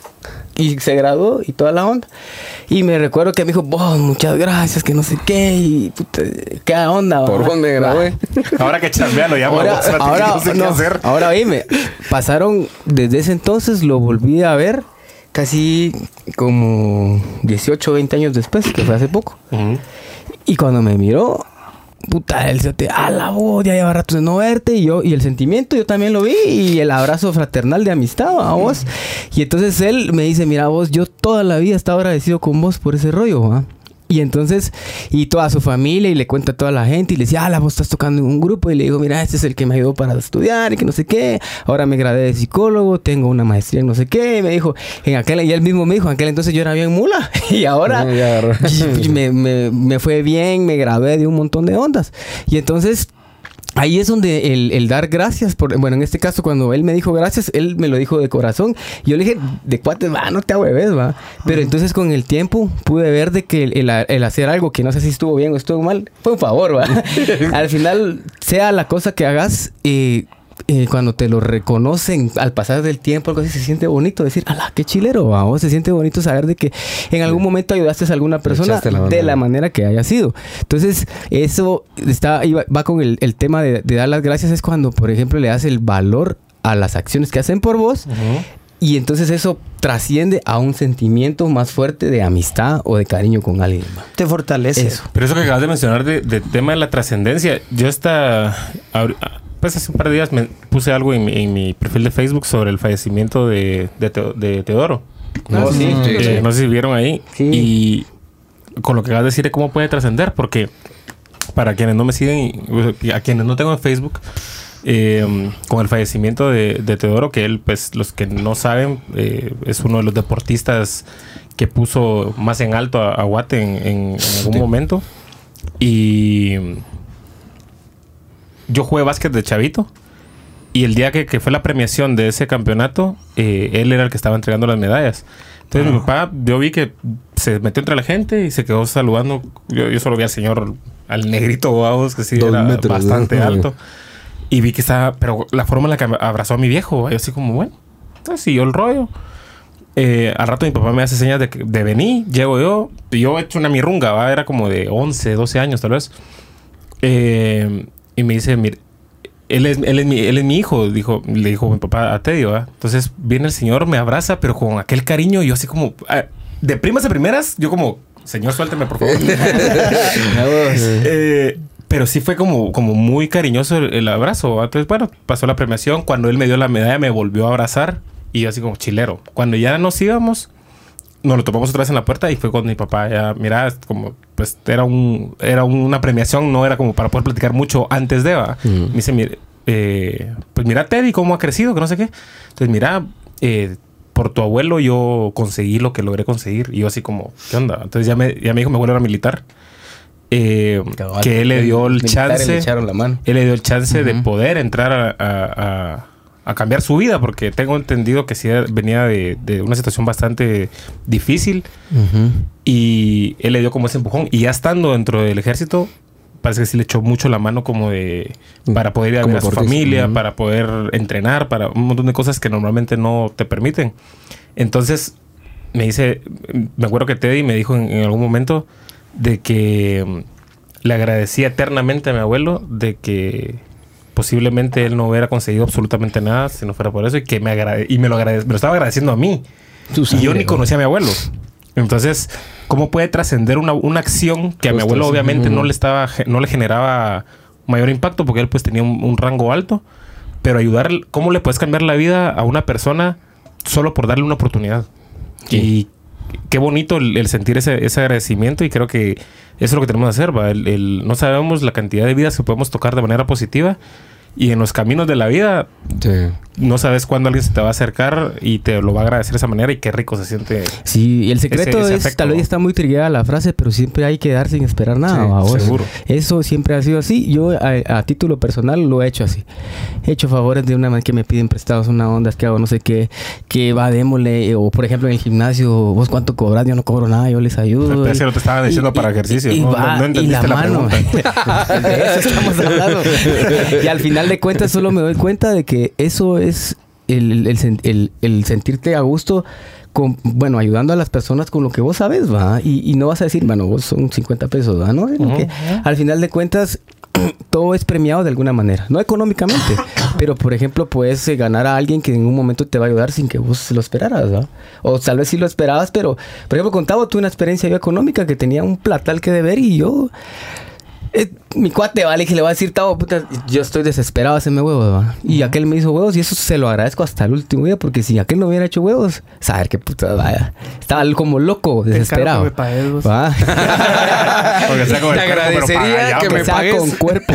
S5: Y se graduó y toda la onda. Y me recuerdo que me dijo, vos, muchas gracias, que no sé qué. Y puta, qué onda, va.
S4: ¿Por dónde gradué?
S2: Ahora que chambea lo llamo.
S5: Ahora,
S2: Ahora,
S5: ahora,
S2: no sé
S5: no,
S2: qué hacer.
S5: ahora oíme, pasaron, desde ese entonces lo volví a ver casi como dieciocho, veinte años después, que fue hace poco.
S2: Uh-huh.
S5: Y cuando me miró, puta, él se te, a la voz, ya lleva rato de no verte. Y yo, y el sentimiento yo también lo vi. Y el abrazo fraternal de amistad a vos. Y entonces él me dice, mira vos, yo toda la vida he estado agradecido con vos por ese rollo, ¿va? Y entonces, y toda su familia, y le cuenta a toda la gente, y le decía, ah, la vos estás tocando en un grupo, y le digo, mira, este es el que me ayudó para estudiar, y que no sé qué, ahora me gradué de psicólogo, tengo una maestría en no sé qué, y me dijo, en aquel, y él mismo me dijo, en aquel entonces yo era bien mula, y ahora
S4: No, ya agarró.
S5: me, me, me fue bien, me gradué de un montón de ondas, y entonces... Ahí es donde el, el dar gracias, por, bueno, en este caso cuando él me dijo gracias, él me lo dijo de corazón. Yo le dije, de cuates, va, no te ahueves, va. Pero uh-huh. entonces con el tiempo pude ver de que el, el, el hacer algo que no sé si estuvo bien o estuvo mal, fue un favor, va. Al final, sea la cosa que hagas, eh, eh, cuando te lo reconocen al pasar del tiempo, algo así, se siente bonito decir, ala, qué chilero, va. O se siente bonito saber de que en algún momento ayudaste a alguna persona la de la manera que haya sido. Entonces, eso está, iba, va con el, el tema de, de dar las gracias, es cuando, por ejemplo, le das el valor a las acciones que hacen por vos. Uh-huh. Y entonces eso trasciende a un sentimiento más fuerte de amistad o de cariño con alguien.
S3: Te fortalece.
S5: Eso.
S2: Pero eso que acabas de mencionar de, de tema de la trascendencia, yo hasta... Pues hace un par de días me puse algo en mi, en mi perfil de Facebook sobre el fallecimiento de, de, Teo, de Teodoro.
S5: No, sí,
S2: Eh,
S5: sí, sí.
S2: No sé si vieron ahí.
S5: Sí.
S2: Y con lo que vas a decir de cómo puede trascender, porque para quienes no me siguen, y a quienes no tengo en Facebook, eh, con el fallecimiento de, de Teodoro, que él, pues, los que no saben, eh, es uno de los deportistas que puso más en alto a, a Guate en, en, en algún
S4: Sí.
S2: momento. Y yo jugué básquet de chavito. Y el día que, que fue la premiación de ese campeonato, eh, él era el que estaba entregando las medallas. Entonces, mi papá, yo vi que se metió entre la gente y se quedó saludando. Yo, yo solo vi al señor, al negrito Guavos, que sí
S4: Dos
S2: era
S4: metros,
S2: bastante
S4: ¿no?
S2: alto. Y vi que estaba, pero la forma en la que abrazó a mi viejo, yo así como, bueno, entonces siguió el rollo. Eh, al rato mi papá me hace señas de, que- de venir, llego yo, y yo he hecho una mirrunga, ¿va? Era como de once, doce años tal vez. Eh, y me dice, mire, él es, él, es mi, él es mi hijo, dijo, le dijo mi papá a Teddy, ¿va? Entonces viene el señor, me abraza, pero con aquel cariño, yo así como, ah, de primas a primeras, yo como, señor, suélteme, por favor. Eh, pero sí fue como, como muy cariñoso el, el abrazo, ¿va? Entonces, bueno, pasó la premiación. Cuando él me dio la medalla, me volvió a abrazar. Y yo así como chilero. Cuando ya nos íbamos, nos lo topamos otra vez en la puerta. Y fue cuando mi papá ya, mira, como, pues era un era una premiación. No era como para poder platicar mucho antes de, ¿va?
S4: Mm.
S2: Me dice, mire, eh, pues mira Teddy, cómo ha crecido, que no sé qué. Entonces, mira, eh, por tu abuelo yo conseguí lo que logré conseguir. Y yo así como, ¿qué onda? Entonces ya me, ya me dijo, mi abuelo era militar. Eh,
S5: Cabal,
S2: que él le dio el
S5: militares
S2: chance
S5: le echaron la mano.
S2: él le dio el chance de
S4: Ujú.
S2: poder entrar a, a- a- a cambiar su vida, porque tengo entendido que sí venía de, de una situación bastante difícil
S4: Ujú.
S2: y él le dio como ese empujón. Y ya estando dentro del ejército, parece que sí le echó mucho la mano como de para poder ir a
S4: Como
S2: ver a su
S4: deportista.
S2: familia,
S4: Ujú.
S2: para poder entrenar, para un montón de cosas que normalmente no te permiten. Entonces me dice, me acuerdo que Teddy me dijo en, en algún momento de que mm, le agradecía eternamente a mi abuelo de que posiblemente él no hubiera conseguido absolutamente nada si no fuera por eso y que me agrade y me lo agradece, me lo estaba agradeciendo a mí. Y yo ni conocía a mi abuelo. Entonces, ¿cómo puede trascender una, una acción que a mi
S4: Justo,
S2: abuelo
S4: sí.
S2: obviamente
S4: Ujú.
S2: no le estaba no le generaba mayor impacto porque él pues tenía un, un rango alto, pero ayudar, ¿cómo le puedes cambiar la vida a una persona solo por darle una oportunidad?
S4: Sí.
S2: Y qué bonito el, el sentir ese, ese agradecimiento y creo que eso es lo que tenemos que hacer, ¿va? El, el- no sabemos la cantidad de vidas que podemos tocar de manera positiva y en los caminos de la vida
S4: Sí.
S2: no sabes cuándo alguien se te va a acercar y te lo va a agradecer de esa manera y qué rico se siente.
S5: Sí, y el secreto
S2: Ese- ese
S5: es,
S2: afecto,
S5: tal vez
S2: ¿no?
S5: está muy trillada la frase, pero siempre hay que dar sin esperar nada,
S2: Sí,
S5: ¿va vos?
S2: seguro.
S5: Eso siempre ha sido así. Yo a, a título personal lo he hecho así. He hecho favores de una manera que me piden prestados una onda, es que hago no sé qué, que va, démosle, o por ejemplo en el gimnasio, vos cuánto cobras, yo no cobro nada, yo les ayudo.
S2: Pero ese lo te estaban diciendo para ejercicio,
S5: y
S2: ¿no?
S5: va,
S2: No- no entendiste
S5: y
S2: la
S5: pregunta. De eso estamos hablando. Y al final de cuentas solo me doy cuenta de que eso es el, el, el sen- el- el sentirte a gusto con, bueno, ayudando a las personas con lo que vos sabes, va. Y, y no vas a decir, bueno, vos son cincuenta pesos, va, ¿no? Sino
S2: Ujú.
S5: que al final de cuentas todo es premiado de alguna manera, no económicamente, pero por ejemplo puedes eh, ganar a alguien que en un momento te va a ayudar sin que vos lo esperaras, ¿va? O tal vez sí lo esperabas, pero por ejemplo con Tavo tuve una experiencia yo económica que tenía un platal que deber y yo eh, mi cuate, vale, que le va a decir, Tavo, puta, yo estoy desesperado, haceme huevos, ¿va? Y aquel me hizo huevos y eso se lo agradezco hasta el último día, porque si aquel no hubiera hecho huevos, saber qué puta, vaya, estaba como loco, desesperado.
S1: Te encargo que me pagues, vos.
S5: ¿Va?
S2: Porque sea con el
S4: Te
S2: cuerpo, pero
S4: agradecería
S2: para allá,
S4: que
S2: hombre.
S4: me
S5: sea
S4: pagues.
S5: con cuerpo.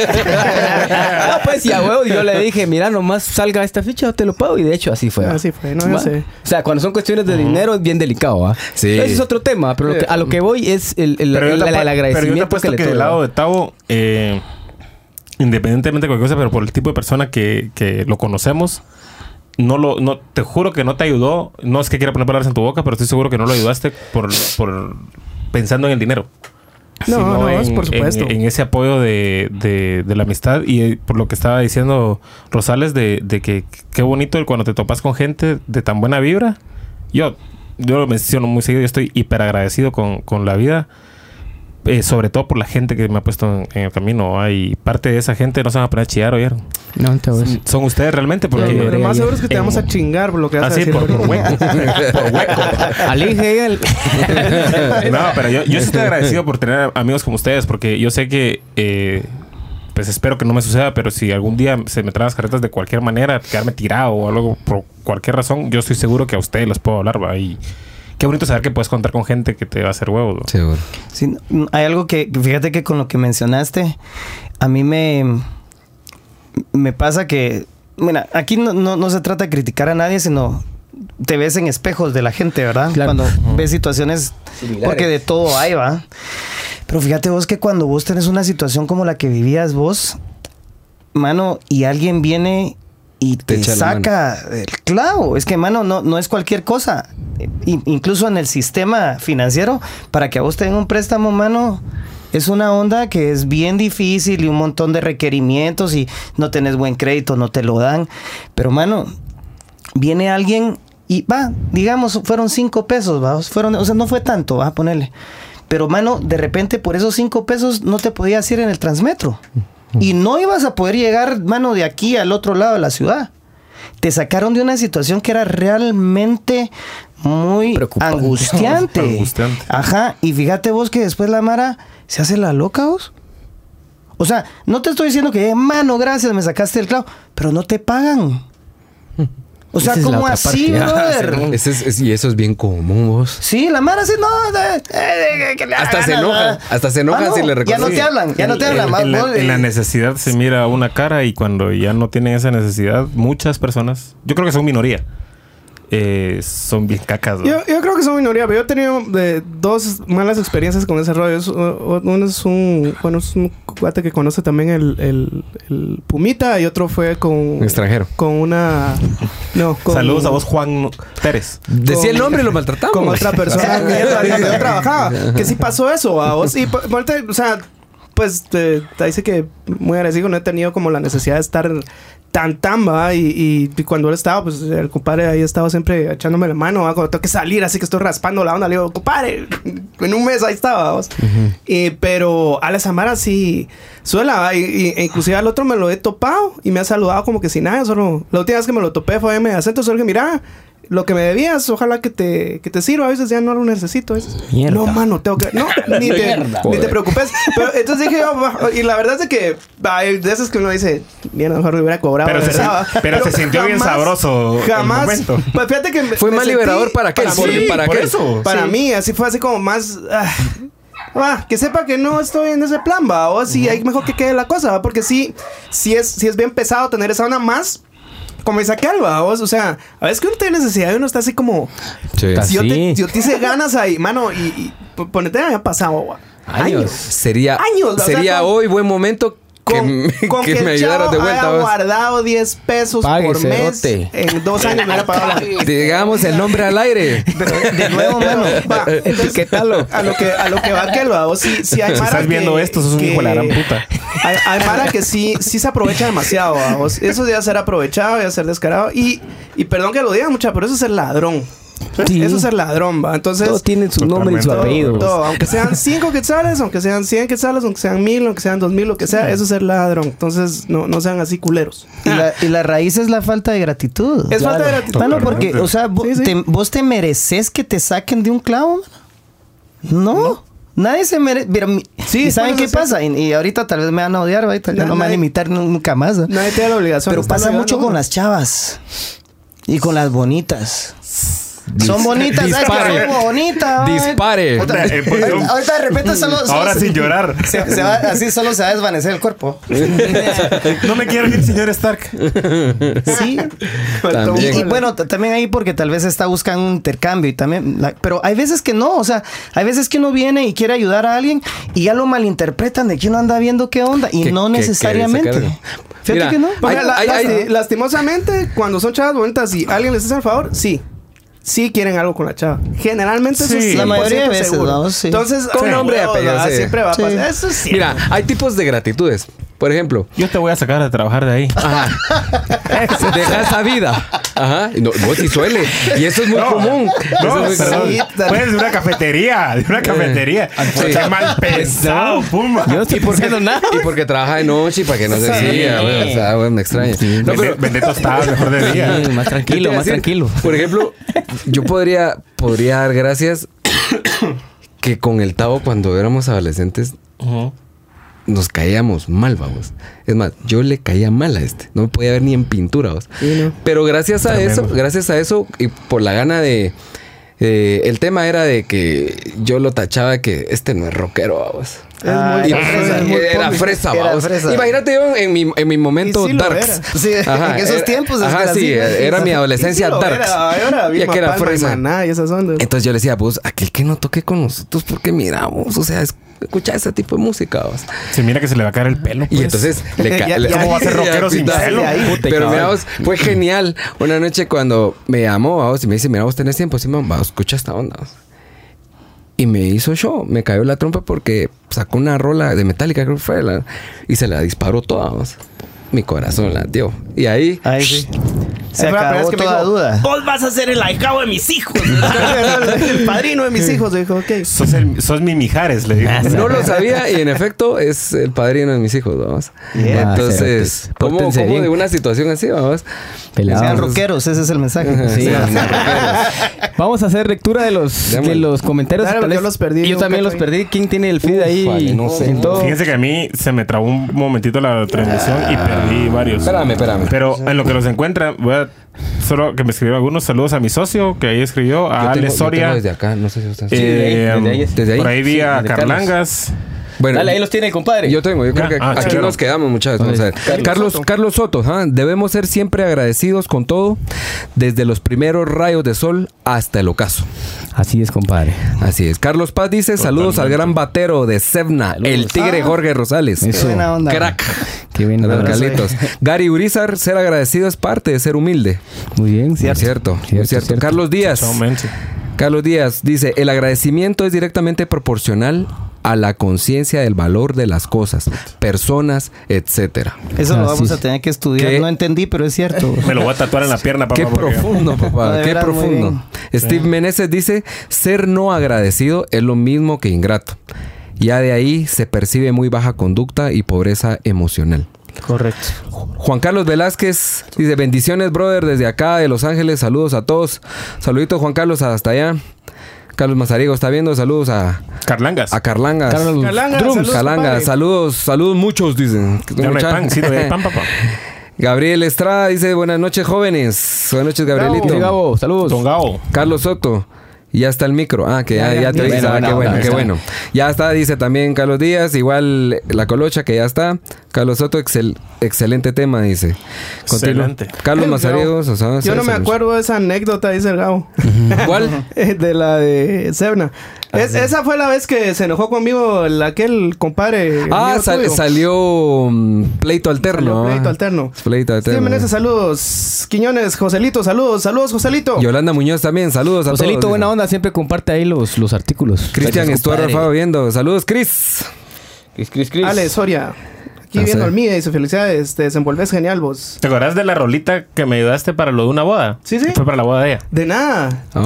S5: No, pues y a huevos yo le dije, mira, nomás salga esta ficha, yo te lo pago. Y de hecho así fue. ¿va?
S1: Así fue, no, yo
S5: ¿Va?
S1: sé.
S5: O sea, cuando son cuestiones de dinero es bien delicado, ¿va?
S4: Sí.
S5: Ese es otro tema, pero lo que- a lo que voy es el, el,
S2: Pero yo
S5: el-
S2: te
S5: el
S2: apu- pero yo te
S5: agradecimiento
S2: apuesto
S5: que le
S2: que
S5: tengo.
S2: del lado de Tavo, eh, independientemente de cualquier cosa, pero por el tipo de persona que, que lo conocemos, no lo, no, te juro que no te ayudó. No es que quiera poner palabras en tu boca, pero estoy seguro que no lo ayudaste por, por pensando en el dinero.
S1: No,
S2: Sino
S1: no, es
S2: en,
S1: por supuesto.
S2: En, en ese apoyo de, de, de la amistad y eh, por lo que estaba diciendo Rosales de, de que qué bonito el cuando te topas con gente de tan buena vibra. Yo, yo lo menciono muy seguido, yo estoy hiper agradecido con, con la vida. Eh, sobre todo por la gente que me ha puesto en, en el camino. Hay parte de esa gente no se van a poner a chillar, ¿oyeron?
S5: No, entonces.
S2: Son, son ustedes realmente
S1: Lo,
S2: porque...
S5: Sí,
S1: lo más
S5: ayer.
S1: seguro es que te
S2: en-
S1: vamos a chingar por lo que vas a
S2: Así,
S1: decir.
S2: por, por hueco. Por hueco.
S5: Alige el...
S2: No, pero yo, yo sí estoy agradecido por tener amigos como ustedes, porque yo sé que eh, pues espero que no me suceda, pero si algún día se me traen las carretas de cualquier manera, quedarme tirado o algo por cualquier razón, yo estoy seguro que a ustedes les puedo hablar, ¿va? Y qué bonito saber que puedes contar con gente que te va a hacer huevos, ¿va?
S4: Seguro.
S3: Sí, hay algo que, fíjate que con lo que mencionaste, a mí me, me pasa que, bueno, aquí no, no, no se trata de criticar a nadie, sino te ves en espejos de la gente, ¿verdad?
S5: Claro.
S3: Cuando
S2: Uh-huh.
S3: ves situaciones,
S5: Similares.
S3: porque de todo hay, ¿va? Pero fíjate vos que cuando vos tenés una situación como la que vivías vos, mano, y alguien viene y te,
S4: Te echa la
S3: saca el clavo. Es que, mano, no, no es cualquier cosa. I- incluso en el sistema financiero, para que a vos te den un préstamo, mano, es una onda que es bien difícil y un montón de requerimientos y no tenés buen crédito, no te lo dan. Pero, mano, viene alguien y va, digamos, fueron cinco pesos, va, fueron, o sea, no fue tanto, va a ponerle. Pero, mano, de repente por esos cinco pesos no te podías ir en el Transmetro. Y no ibas a poder llegar, mano, de aquí al otro lado de la ciudad. Te sacaron de una situación que era realmente muy
S5: Preocupante.
S3: angustiante.
S2: Angustiante.
S3: Ajá. Y fíjate vos que después la Mara se hace la loca, vos. O sea, no te estoy diciendo que, eh, mano, gracias, me sacaste el clavo. Pero no te pagan. O sea,
S5: Esa es la
S3: ¿cómo
S5: otra
S3: así,
S5: parte.
S3: brother?
S4: Ese es, es- y eso es bien común, vos.
S3: Sí, la Mara sí, no. de- eh, de- que le
S4: Hasta
S3: hagan
S4: se
S3: nada.
S4: enoja, hasta se enoja
S3: Ah, no,
S4: si le
S3: Ya no
S4: reconoce.
S3: te hablan, ya no te hablan.
S2: En,
S3: más
S2: en la,
S3: vos,
S2: en la
S3: eh,
S2: necesidad se mira una cara y cuando ya no tienen esa necesidad, muchas personas, yo creo que son minoría, eh, son bien cacas, ¿no?
S1: Yo, yo creo que son minoría, pero yo he tenido de, dos malas experiencias con ese rollo. Es, o- uno es un, bueno, es un cuate que conoce también el, el, el Pumita y otro fue con...
S4: Un extranjero.
S1: Con una... No, con...
S2: Saludos a vos, Juan Pérez.
S4: Decía el nombre y lo maltratamos.
S1: Con otra persona que donde yo trabajaba. Que sí pasó eso a vos. Y, po- ponte, o sea, pues te, te dice que muy agradecido, no he tenido como la necesidad de estar tan tan, va. Y, y, y cuando él estaba, pues el compadre ahí estaba siempre echándome la mano, ¿va? Cuando tengo que salir, así que estoy raspando la onda, le digo, compadre, en un mes ahí estaba, vos. Y, pero a la Samara sí suela, ¿va? Y, y- e inclusive al otro me lo he topado y me ha saludado como que sin nada. Solo la última vez que me lo topé fue en medio acento, solo que mira, lo que me debías, ojalá que te, que te sirva. A veces ya no lo necesito. A veces,
S5: Mierda.
S1: no, mano, tengo que... No, ni te,
S5: Mierda.
S1: ni te
S4: Joder.
S1: preocupes. Pero entonces dije yo, "Va", y la verdad es de que hay de esas que uno dice, mierda, mejor me hubiera cobrado.
S2: Pero se,
S1: ¿verdad?
S2: pero se sintió bien
S1: jamás-
S2: sabroso
S1: Jamás.
S2: el momento.
S1: Pues fíjate que me-
S4: Fue
S1: me
S4: más
S1: sentí-
S4: liberador para qué,
S1: Para,
S4: por-
S1: mí,
S4: para
S2: por
S4: qué.
S2: eso.
S1: para
S2: Sí.
S1: mí, así fue así como más... ah, va, que sepa que no estoy en ese plan, va. O si hay mejor que quede la cosa, va. Porque sí, sí es, sí es bien pesado tener esa onda más... Como dice aquel, va, vos, o sea, a veces que uno tiene necesidad y uno está así como...
S4: Sí.
S1: Si yo, te,
S5: Sí.
S1: si yo te hice ganas ahí, mano, y, y p- ponete, me ha pasado, va,
S5: Años.
S4: Sería,
S1: Años, o sea,
S4: sería
S1: con-
S4: hoy buen momento que,
S1: Con,
S4: me-
S1: con
S4: que
S1: que,
S4: me
S1: el
S4: ayudaras de
S1: chavo
S4: vuelta.
S1: haya
S4: vos.
S1: guardado diez pesos
S5: Pague,
S1: por mes.
S5: cerote.
S1: En dos años me hubiera pagado la...
S4: Digamos el nombre al aire.
S3: de nuevo, mano.
S1: Va, entonces,
S5: Etiquétalo.
S1: a lo que a lo que va aquel, va. O si, si hay
S2: Si
S1: mara
S2: estás viendo
S1: que-
S2: esto, sos un
S1: que-
S2: hijo de la gran puta.
S1: Hay, hay mara que sí, sí se aprovecha demasiado, va. O sea, eso debe ser aprovechado, debe ser descarado. Y, y perdón que lo diga mucha, pero eso es ser ladrón.
S5: Sí.
S1: Eso es ser ladrón, va. Entonces...
S5: Todos tienen su nombre y su
S2: Totalmente.
S5: apellido.
S1: Todo, aunque sean cinco quetzales, aunque sean cien quetzales, aunque sean mil, aunque sean dos mil, lo que sea, eso es ser ladrón. Entonces, no, no sean así culeros.
S3: Y la, y la raíz es la falta de gratitud.
S1: Es
S5: Claro.
S1: falta de gratitud.
S3: Mano, porque,
S2: Totalmente.
S3: o sea, vo-
S1: Sí, sí.
S3: Te, vos te mereces que te saquen de un clavo, mano. No. Nadie se merece. Pero, mi-
S1: Sí,
S3: ¿y saben
S1: pues,
S3: qué
S1: eso
S3: pasa? Y, y ahorita tal vez me van a odiar, ahorita ya
S1: Na-
S3: no me van a
S1: nadie-
S3: imitar nunca más. ¿no?
S1: Nadie tiene la obligación.
S3: Pero
S1: de estarlo
S3: pasa
S1: ayudando,
S3: mucho
S1: ¿no?
S3: con las chavas. Y con las bonitas. Son bonitas, ¿sabes?
S4: Dispare.
S3: Que son bonitas.
S4: Dispare.
S3: Ahorita,
S2: Eh, pues,
S3: ahorita- ahorita de repente solo. solo
S2: Ahora
S3: se-
S2: sin llorar.
S3: se- se va- así solo se va a desvanecer el cuerpo.
S2: No me quiero ir, señor Stark.
S3: Sí.
S4: También.
S3: Y, y bueno, t- también ahí porque tal vez está buscando un intercambio y también, la- pero hay veces que no, o sea, hay veces que uno viene y quiere ayudar a alguien y ya lo malinterpretan de que uno anda viendo qué onda y
S4: Que-
S3: no
S4: que- que
S3: necesariamente.
S4: sacar-
S3: Fíjate
S4: Mira,
S3: que no.
S1: Porque
S4: Hay-
S1: la-
S4: hay-
S1: lasti-
S4: hay-
S1: lastimosamente, cuando son chavas bonitas y alguien les hace el favor, sí. Sí quieren algo con la chava. Generalmente eso
S2: Sí.
S1: es
S3: La mayoría de veces,
S1: seguro.
S3: ¿no? Sí.
S1: Entonces,
S4: Con
S1: sí,
S4: nombre y
S1: huevos,
S4: apellido,
S1: ¿verdad?
S4: sí.
S1: Siempre va a
S3: Sí.
S1: pasar. Eso sí.
S4: Mira, hay tipos de gratitudes. Por ejemplo,
S2: Yo te voy a sacar a trabajar de ahí.
S4: ajá, deja esa vida. Ajá, no, no, sí suele. Y eso es muy
S2: No,
S4: común. Eso
S2: No,
S4: es muy
S2: perdón.
S1: sí, dale.
S2: Puedes de una cafetería. De una cafetería.
S4: Sí.
S2: Qué mal pensado, Puma.
S5: Yo no estoy diciendo nada.
S4: Y porque trabaja de noche y para que no se
S3: Sí.
S4: siga, güey. O sea, güey, me extraña. No,
S2: Vende,
S4: pero
S2: vende tostadas mejor de día.
S5: Sí, más tranquilo,
S4: ¿qué te iba a
S5: más
S4: decir?
S5: tranquilo.
S4: Por ejemplo, yo podría, podría dar gracias que con el Tavo cuando éramos adolescentes,
S2: Ujú.
S4: nos caíamos mal, vamos. Es más, yo le caía mal a este. No me podía ver ni en pintura, vamos.
S1: Sí, ¿no?
S4: Pero gracias a
S2: Tremendo.
S4: eso, gracias a eso y por la gana de... eh, el tema era de que yo lo tachaba que este no es rockero, vamos.
S1: Es
S3: Ah,
S1: muy
S4: Y
S3: era
S1: fresa, es muy
S4: era
S1: pobre.
S4: fresa,
S3: Era
S4: vamos.
S3: fresa.
S4: Imagínate yo en mi, en mi momento
S1: Y sí lo
S4: darks.
S1: era.
S3: Sí, en esos
S4: era-
S3: tiempos es
S4: Ajá,
S3: que era
S4: sí,
S3: así, ¿no?
S4: era mi adolescencia
S1: Y sí lo
S4: darks.
S1: era, ahora,
S4: Ya
S1: Vilma
S4: que era
S1: Palma y
S4: fresa.
S1: Maná y esas ondas.
S4: Entonces yo le decía, pues, aquel que no toque con nosotros porque miramos, o sea, es- escucha ese tipo de música, vamos.
S2: Se mira que se le va a caer el pelo.
S4: Y
S2: pues.
S4: entonces le ca-
S1: Ya-
S4: le-
S1: ya-
S2: ¿Cómo va a ser rockero sin
S4: Ya,
S2: pelo?
S4: ya,
S1: Puta,
S4: Pero
S5: cabrón.
S4: mira vos, fue genial. Una noche cuando me llamó, vamos, y me dice, mira, vos tenés tiempo, sí, vamos, escucha esta onda, vamos. Y me hizo show, me cayó la trompa porque sacó una rola de Metallica, creo que fue, la- y se la disparó toda, vamos. Mi corazón la dio. Y ahí,
S3: Ahí sí. Se
S1: Fue la primera
S3: acabó
S1: vez que me
S3: toda
S1: dijo,
S3: duda.
S1: Vos vas a ser el ahijado de mis hijos. El padrino de mis hijos. Dijo, ok.
S2: Sos, el- sos mi Mijares, le digo.
S4: no lo sabía y en efecto es el padrino de mis hijos, vamos.
S3: Bien.
S4: Entonces,
S5: Ah,
S4: ¿cómo,
S5: pórtense
S4: cómo
S5: bien.
S4: de una situación así, vamos?
S5: Pelado.
S3: Sean rockeros, ese es el mensaje.
S5: Sí.
S4: Sean
S5: Vamos a hacer lectura de los,
S4: Démosle.
S5: de los comentarios.
S1: Claro,
S5: Tal
S1: yo
S5: vez-
S1: los perdí,
S5: Yo
S1: un
S5: también
S1: cacho
S5: los
S1: ahí.
S5: perdí. ¿Quién tiene el feed ahí?
S4: Ufale, no sé.
S5: En todo.
S2: Fíjense que a mí se me trabó un momentito la transmisión y perdí varios.
S4: Espérame, espérame.
S2: Pero en lo que los encuentran, voy a solo que me escribió algunos saludos a mi socio que ahí escribió, a
S4: Yo tengo-
S2: Ale
S4: yo tengo
S2: Soria.
S4: desde acá, no sé si ustedes...
S2: Eh,
S5: desde ahí, desde ahí.
S4: ¿Desde ahí?
S2: Por ahí vi
S5: Sí,
S2: a
S5: desde Carlos.
S2: Carlangas.
S4: Bueno,
S5: Dale, ahí los tiene, compadre.
S4: yo tengo, yo creo que
S2: Ah,
S4: aquí
S2: claro.
S4: nos quedamos, muchachos. Vamos a ver.
S1: Carlos
S4: Carlos,
S1: Soto.
S4: Carlos Soto, ¿ah? Debemos ser siempre agradecidos con todo, desde los primeros rayos de sol hasta el ocaso.
S5: Así es, compadre.
S4: Así es. Carlos Paz dice, saludos al gran batero de Sevna, el tigre
S3: Ah.
S4: Jorge Rosales.
S3: Qué
S5: Eso.
S3: buena onda.
S4: Crack.
S5: Qué bien.
S4: A los
S5: abrazo.
S4: Carlitos. Gary Urizar, ser agradecido es parte de ser humilde.
S5: Muy bien.
S4: Muy cierto, muy
S5: Cierto,
S4: cierto.
S5: cierto.
S4: Carlos Díaz.
S2: Chao, Menchi.
S4: Carlos Díaz dice, el agradecimiento es directamente proporcional a la conciencia del valor de las cosas, personas, etcétera.
S3: Eso lo
S5: Así
S3: vamos a
S5: es.
S3: tener que estudiar.
S4: ¿Qué?
S3: No entendí, pero es cierto.
S2: Me lo voy a tatuar en la pierna, papá.
S4: Qué
S2: porque-
S4: profundo, papá,
S3: No, de
S4: qué
S3: veras, muy
S4: profundo. Steve Meneses dice, ser no agradecido es lo mismo que ingrato. Ya de ahí se percibe muy baja conducta y pobreza emocional.
S3: Correcto.
S4: Juan Carlos Velázquez dice, bendiciones, brother, desde acá de Los Ángeles, saludos a todos. Saluditos, Juan Carlos, hasta allá. Carlos Mazariego está viendo, saludos a,
S2: Carlangas.
S4: a Carlangas.
S5: Carlos
S1: Carlangas,
S5: Drums.
S1: saludos,
S4: Carlangas,
S1: compadre.
S4: saludos, saludos muchos, dicen.
S2: Ya no hay
S4: Mucha-
S2: pan, sí, no hay pan, papá.
S4: Gabriel Estrada dice, buenas noches, jóvenes. Buenas noches, Gabrielito.
S5: Sí, Gabo, saludos.
S2: Don Gao.
S4: Carlos Soto. Y ya está el micro. Ah, que ya,
S1: Ya,
S4: ya te
S1: ya,
S4: dice.
S5: ya,
S4: Ah,
S5: buena
S4: qué
S5: onda,
S4: bueno,
S5: ahí
S4: qué
S5: está.
S4: bueno. Ya está, dice también Carlos Díaz. Igual la colocha que ya está. Carlos Soto, excel- excelente tema, dice. Continúa.
S2: Excelente.
S4: Carlos
S1: El
S4: Mazariegos. o sea,
S1: Yo no me
S4: saludos.
S1: acuerdo de esa anécdota, dice el Gabo.
S4: ¿Cuál?
S1: De la de Sevna. Es- esa fue la vez que se enojó conmigo el, aquel compadre.
S4: Ah,
S1: amigo
S4: sal-
S1: tuyo.
S4: salió mm, pleito alterno.
S1: Salió pleito
S4: ah.
S1: alterno.
S4: Pleito
S1: Sí,
S4: alterno.
S1: Meneses, saludos. Quiñones, Joselito, saludos. Saludos, Joselito.
S4: Yolanda Muñoz también. Saludos a
S5: Joselito,
S4: todos.
S5: buena
S4: dice.
S5: onda, siempre comparte ahí los, los artículos.
S4: Cristian
S5: Gracias,
S4: Estuardo
S5: compadre.
S4: Fabo viendo. Saludos, Cris.
S5: Cris, Cris, Cris.
S1: Ale, Soria. Aquí
S4: Ah,
S1: viendo
S4: sí.
S1: al mío, dice felicidades, te desenvolves genial vos.
S2: ¿Te acordás de la rolita que me ayudaste para lo de una boda?
S1: Sí, sí.
S2: Fue para la boda de ella.
S1: De nada.
S4: Oh,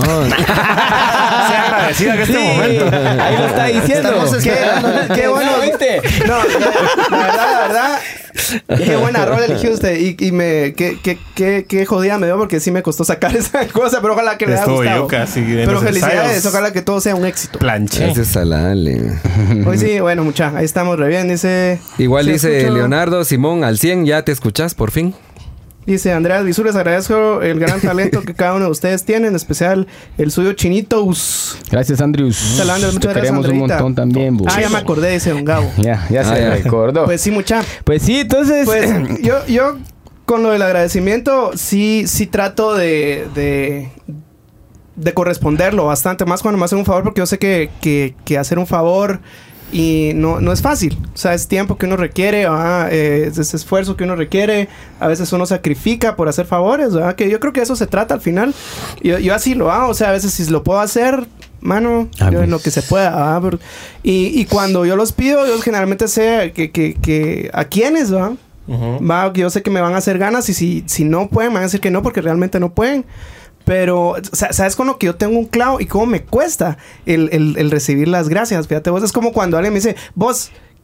S2: Sea agradecida en este
S5: Sí,
S2: momento.
S5: ahí lo está diciendo.
S3: Estamos
S1: Qué,
S3: esperando.
S1: qué bueno.
S5: No, ¿viste?
S1: No, la, la verdad, la verdad. Qué buena rola eligió usted. Y, y me. Qué, qué, qué, qué jodida me dio porque sí me costó sacar esa cosa. Pero ojalá que le haya
S2: Estuvo
S1: gustado.
S2: yuca, sí, en
S1: pero
S2: los
S1: felicidades.
S2: ensayos.
S1: Ojalá que todo sea un éxito.
S2: Planché.
S4: Gracias a la Ale.
S1: Hoy sí, bueno, mucha. Ahí estamos re bien. Dice.
S4: Igual
S1: se
S4: dice
S1: escucha-
S4: Leonardo Simón al cien. ¿Ya te escuchás por fin?
S1: Dice Andreas Bisú, les agradezco el gran talento que cada uno de ustedes tiene, en especial el suyo Chinitos.
S5: Gracias, Andrews.
S1: Saludos, muchas
S5: Te
S1: gracias,
S5: queremos un
S1: Andreita.
S5: montón también, bu.
S1: Ah, ya me acordé, dice Don Gabo.
S5: Ya, ya se
S4: Ah, ya.
S5: recordó.
S1: Pues sí, mucha.
S5: Pues sí, entonces.
S1: Pues yo, yo con lo del agradecimiento sí, sí trato de, de, de corresponderlo bastante, más cuando me hacen un favor, porque yo sé que, que, que hacer un favor y no, no es fácil. O sea, es tiempo que uno requiere, ¿verdad? Eh, es, es esfuerzo que uno requiere. A veces uno sacrifica por hacer favores, ¿verdad? Que yo creo que eso se trata al final. Yo, yo así lo hago, o sea, a veces si lo puedo hacer, mano,
S5: Ah,
S1: yo
S5: pues.
S1: en lo que se pueda, ¿verdad? Pero- y, y cuando yo los pido, yo generalmente sé que, que, que a quiénes, ¿verdad? Va, que yo sé que me van a hacer ganas y si, si no pueden, me van a decir que no porque realmente no pueden. Pero, o sea, ¿sabes con lo que yo tengo un clavo y cómo me cuesta el, el, el recibir las gracias? Fíjate, vos es como cuando alguien me dice, vos, qué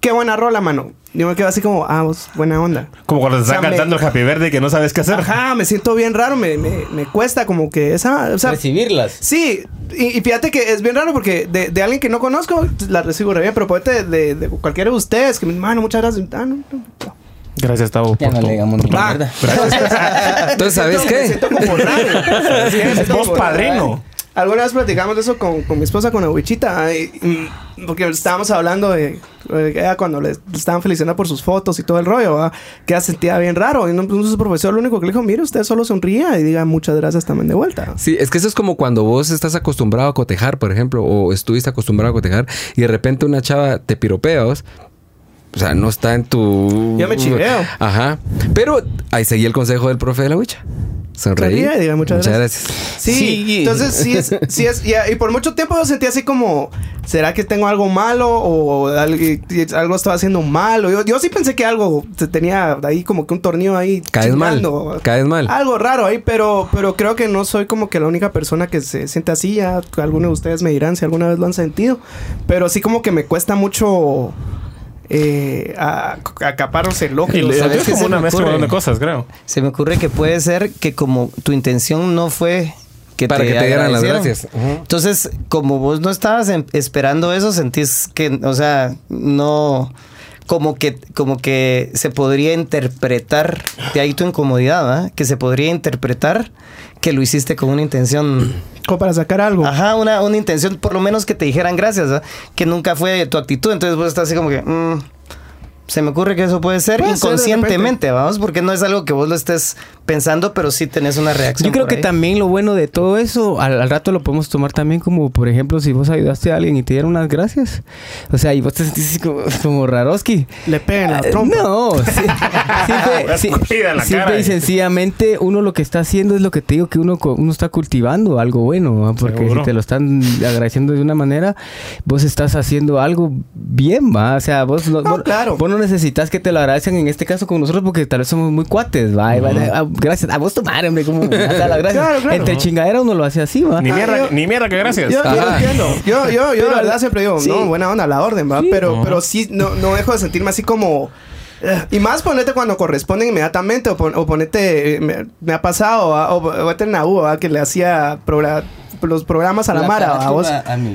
S1: qué buena rola, mano. Yo me quedo así como, ah, vos, buena onda.
S2: Como cuando te están
S1: O sea,
S2: cantando
S1: me-
S2: el Happy Birthday que no sabes qué hacer.
S1: Ajá, me siento bien raro, me, me, me cuesta como que esa... O sea,
S5: Recibirlas.
S1: sí, y, y fíjate que es bien raro porque de, de alguien que no conozco, la recibo re bien, pero ponete de, de, de cualquiera de ustedes, que me mano, muchas gracias. Ah, no, no, no.
S2: Gracias, Tavo.
S5: Ya no le digamos ni
S1: Va.
S5: mierda.
S4: Entonces, ¿sabes
S1: Me
S4: qué?
S1: siento como raro. ¿Sabes qué? Me siento
S2: Vos
S1: como
S2: padrino.
S1: raro. Alguna vez platicamos de eso con, con mi esposa, con Abuichita, y- y- porque estábamos hablando de de ella cuando le estaban felicitando por sus fotos y todo el rollo, ¿va? Que ella sentía bien raro. Y entonces su profesor lo único que le dijo, mire, usted solo sonría y diga muchas gracias también de vuelta.
S4: Sí, es que eso es como cuando vos estás acostumbrado a cotejar, por ejemplo, o estuviste acostumbrado a cotejar y de repente una chava te piropea, ¿vos? O sea, no está en tu...
S1: Yo me chiveo.
S4: Ajá. Pero ahí seguí el consejo del profe de la huicha. Sonreí.
S1: Sonríe y diga, muchas
S4: gracias.
S1: Sí,
S5: Sí.
S1: entonces sí es, sí es, y, y por mucho tiempo yo sentí así como, ¿será que tengo algo malo o algo, algo estaba haciendo mal? O yo, yo sí pensé que algo se tenía ahí como que un tornillo ahí
S4: Caes mal.
S1: chingando.
S4: Caes mal.
S1: Algo raro ahí, pero, pero creo que no soy como que la única persona que se siente así. Ya algunos de ustedes me dirán si alguna vez lo han sentido, pero sí como que me cuesta mucho eh, a, acaparos
S2: Y
S1: elogios.
S2: le-
S3: ¿sabes
S2: es
S3: qué
S2: como
S3: se
S2: una
S3: me
S2: mezcla
S3: ocurre?
S2: de cosas, creo.
S3: Se me ocurre que puede ser que como tu intención no fue que
S4: Para que te dieran las
S3: agradecieran.
S4: gracias. Ujú.
S3: Entonces, como vos no estabas em- esperando eso, sentís que, o sea, no... Como que, como que se podría interpretar, de ahí tu incomodidad, ¿verdad? Que se podría interpretar que lo hiciste con una intención...
S1: Como para sacar algo.
S3: Ajá, una, una intención, por lo menos que te dijeran gracias, ¿verdad? Que nunca fue tu actitud. Entonces vos estás así como que... mm, se me ocurre que eso puede ser
S1: Puede ser, de
S3: inconscientemente, vamos, porque no es algo que vos lo estés pensando, pero sí tenés una reacción.
S5: Yo creo
S3: por
S5: que
S3: ahí.
S5: también lo bueno de todo eso, al, al rato lo podemos tomar también como, por ejemplo, si vos ayudaste a alguien y te dieron unas gracias. O sea, y vos te sentís así como, como raroski.
S1: Le pegan la
S5: Ah,
S1: trompa.
S5: No, sí, simple, sí,
S2: Escupida en la
S5: simple
S2: cara.
S5: y sencillamente uno lo que está haciendo es lo que te digo que uno, co- uno está cultivando algo bueno, ¿va? Porque
S2: Seguro.
S5: si te lo están agradeciendo de una manera, vos estás haciendo algo bien, va. O sea, vos no,
S1: No,
S5: vos-
S1: claro.
S5: vos no necesitas que te lo agradezcan en este caso con nosotros porque tal vez somos muy cuates, va. Y va, ah, gracias a vos tu madre, hombre, como me das las gracias.
S1: Claro, claro.
S5: Entre chingadera uno lo hace así, va.
S2: Ni
S1: Ah,
S2: mierda,
S1: yo-
S2: ni mierda que gracias.
S1: Yo, yo lo
S5: Ajá.
S1: entiendo. Yo, yo, yo
S5: Pero
S1: la verdad
S5: la-
S1: siempre digo,
S5: sí.
S1: no, buena onda, la orden, ¿va?
S5: Sí.
S1: Pero,
S2: Ajá.
S1: pero sí, no, no dejo de sentirme así como... eh, y más ponete cuando corresponde inmediatamente o, pon- o ponete... eh, me, me ha pasado, ¿va? O ponete en la U, ¿va? Que le hacía progra- los programas a la, Mara, ¿va? Vos,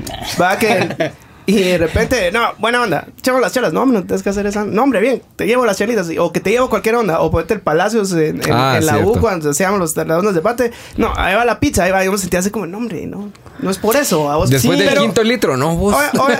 S1: va que... Y de repente, no, buena onda, echamos las chelas. No, hombre, no tienes que hacer esa. No, hombre, bien, te llevo las chelitas. O que te llevo cualquier onda. O ponete el Palacios en, en-
S4: Ah,
S1: en la U
S4: cierto.
S1: cuando hacíamos los, las ondas de debate. No, ahí va la pizza, ahí va. Yo me sentía así como, no, hombre, no, no es por eso. A vos,
S4: Después
S1: sí,
S4: del
S1: pero-
S4: quinto litro, no, vos.
S1: Oye, oye,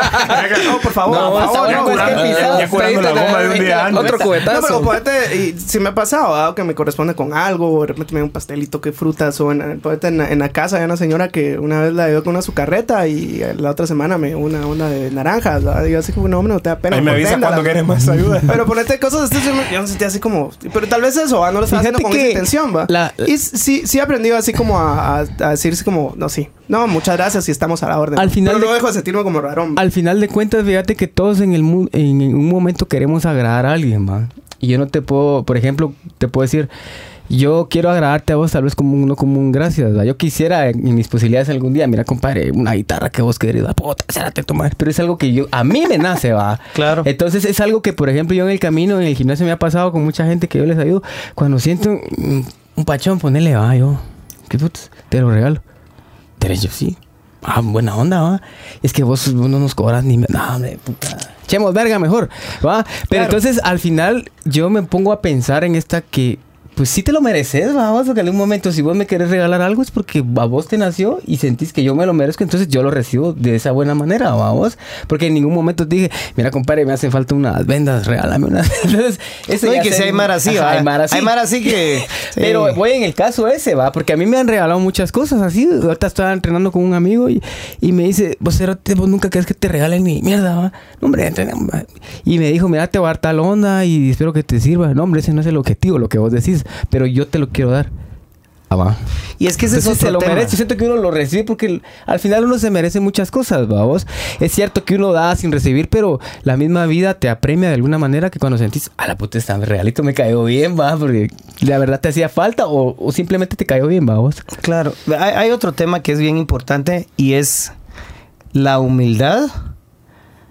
S1: no, por favor,
S4: No,
S1: por
S4: está
S1: favor,
S4: bueno,
S1: no,
S4: es que
S1: es que
S2: ya- ya curando la goma de un día antes.
S4: Otro
S1: No,
S4: cubetazo.
S1: pero ponete, y si me ha pasado, ¿verdad? Que me corresponde con algo, o de repente me da un pastelito, que frutas, o en, ponete en, en la casa hay una señora que una vez la dio con una azucarreta y la otra semana me dio una onda de naranjas, ¿verdad? Y yo así como, no, hombre, no te da pena.
S2: Ahí me avisa
S1: véndala.
S2: cuando quieres más ayuda.
S1: Pero ponete cosas de este, yo me- yo me sentía así como, pero tal vez eso, ¿va? No lo estaba
S5: Fíjate
S1: haciendo con
S5: que
S1: esa intención, ¿va?
S5: la-
S1: Y sí, sí he aprendido así como a, a, a decirse como, no, sí, no, muchas gracias y estamos a la orden.
S5: Al final
S1: pero no
S5: de-
S1: dejo de sentirme como rarón.
S5: Al final de cuentas, fíjate que todos en el mu- en un momento queremos agradar a alguien, va. Y yo no te puedo, por ejemplo, te puedo decir, yo quiero agradarte a vos tal vez como uno como un gracias, ¿va? Yo quisiera en, en mis posibilidades algún día, mira, compadre, una guitarra que vos querés, la puta, cérate tu madre. Pero es algo que yo, a mí me nace, va.
S3: Claro.
S5: Entonces es algo que, por ejemplo, yo en el camino, en el gimnasio me ha pasado con mucha gente que yo les ayudo. Cuando siento un, un pachón, ponele, va, yo, ¿qué putas? Te lo regalo. Derecho, sí. Ah, buena onda, va. Es que vos, vos no nos cobras ni... No, hombre, puta. Echemos verga mejor, va. Pero
S1: Claro.
S5: entonces, al final, yo me pongo a pensar en esta que... Pues sí te lo mereces, vamos, porque en algún momento si vos me querés regalar algo es porque a vos te nació y sentís que yo me lo merezco, entonces yo lo recibo de esa buena manera, vamos. Porque en ningún momento te dije, mira, compadre, me hacen falta unas vendas, regálame unas. Entonces, eso
S3: No, y
S5: ya
S3: que
S5: se-
S3: si hay mar así,
S5: Ajá,
S3: va.
S5: hay mar así.
S3: Hay mar así que...
S5: Pero
S3: sí.
S5: voy en el caso ese, va, porque a mí me han regalado muchas cosas así. Ahorita estaba entrenando con un amigo y, y me dice, vos, cerote, vos nunca querés que te regalen ni mierda, va. No, hombre, entrenamos, va. Y me dijo, mira, te voy a dar tal onda y espero que te sirva. No, hombre, ese no es el objetivo, lo que vos decís, pero yo te lo quiero dar. Ah, va.
S3: Y es que ese
S5: Entonces
S3: es otro
S5: se lo
S3: tema.
S5: merece. Yo siento que uno lo recibe porque al final uno se merece muchas cosas, vamos. Es cierto que uno da sin recibir, pero la misma vida te apremia de alguna manera que cuando sentís, a la puta, está realito, me cayó bien, va, porque la verdad te hacía falta o, o simplemente te cayó bien, vamos.
S3: Claro. Hay, hay otro tema que es bien importante y es la humildad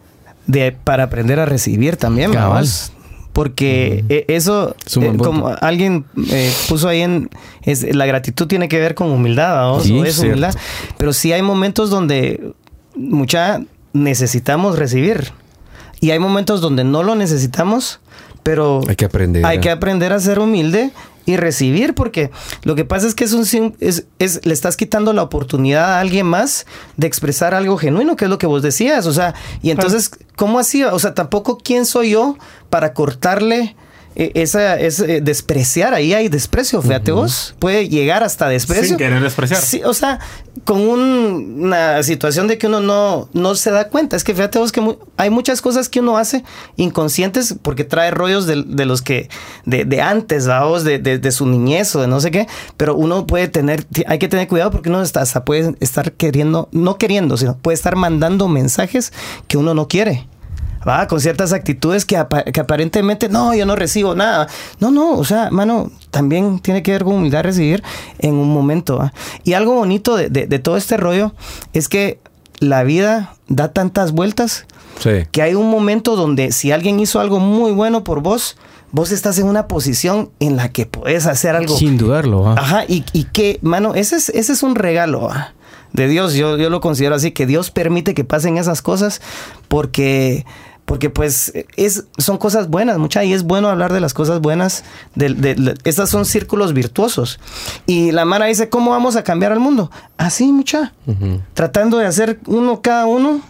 S3: de, para aprender a recibir también,
S5: Cabal.
S3: vamos. Porque eh, eso,
S5: Es un buen
S3: eh,
S5: punto.
S3: como alguien eh, puso ahí en... Es, la gratitud tiene que ver con humildad, ¿vamos?
S5: Sí,
S3: O es
S5: cierto.
S3: humildad. Pero sí hay momentos donde mucha necesitamos recibir. Y hay momentos donde no lo necesitamos, pero
S4: Hay que aprender.
S3: hay que aprender a ser humilde y recibir, porque lo que pasa es que es un sim- es, es le estás quitando la oportunidad a alguien más de expresar algo genuino, que es lo que vos decías, o sea, y entonces, ¿cómo así? O sea, tampoco quién soy yo para cortarle eh, esa, ese despreciar, ahí hay desprecio, fíjate vos, puede llegar hasta desprecio.
S2: Sin querer despreciar.
S3: Sí, o sea, con un- una situación de que uno no, no se da cuenta. Es que fíjate vos que mu- hay muchas cosas que uno hace inconscientes porque trae rollos de, de los que, de, de antes, vamos, de, de, de su niñez o de no sé qué, pero uno puede tener, ti- hay que tener cuidado porque uno está, hasta puede estar queriendo, no queriendo, sino puede estar mandando mensajes que uno no quiere. Va, con ciertas actitudes que, apa- que aparentemente, no, yo no recibo nada. No, no, o sea, mano, también tiene que ver con humildad recibir en un momento. ¿va? Y algo bonito de, de- de todo este rollo es que la vida da tantas vueltas
S4: Sí.
S3: que hay un momento donde si alguien hizo algo muy bueno por vos, vos estás en una posición en la que puedes hacer algo.
S5: Sin dudarlo. ¿ah?
S3: Ajá, y, y que, mano, ese es, ese es un regalo ¿va? de Dios. Yo, yo lo considero así, que Dios permite que pasen esas cosas porque... Porque pues es, son cosas buenas, mucha, y es bueno hablar de las cosas buenas. De, de, de- estas son círculos virtuosos. Y la Mara dice, ¿cómo vamos a cambiar al mundo? Así, mucha.
S4: Ujú.
S3: Tratando de hacer uno cada uno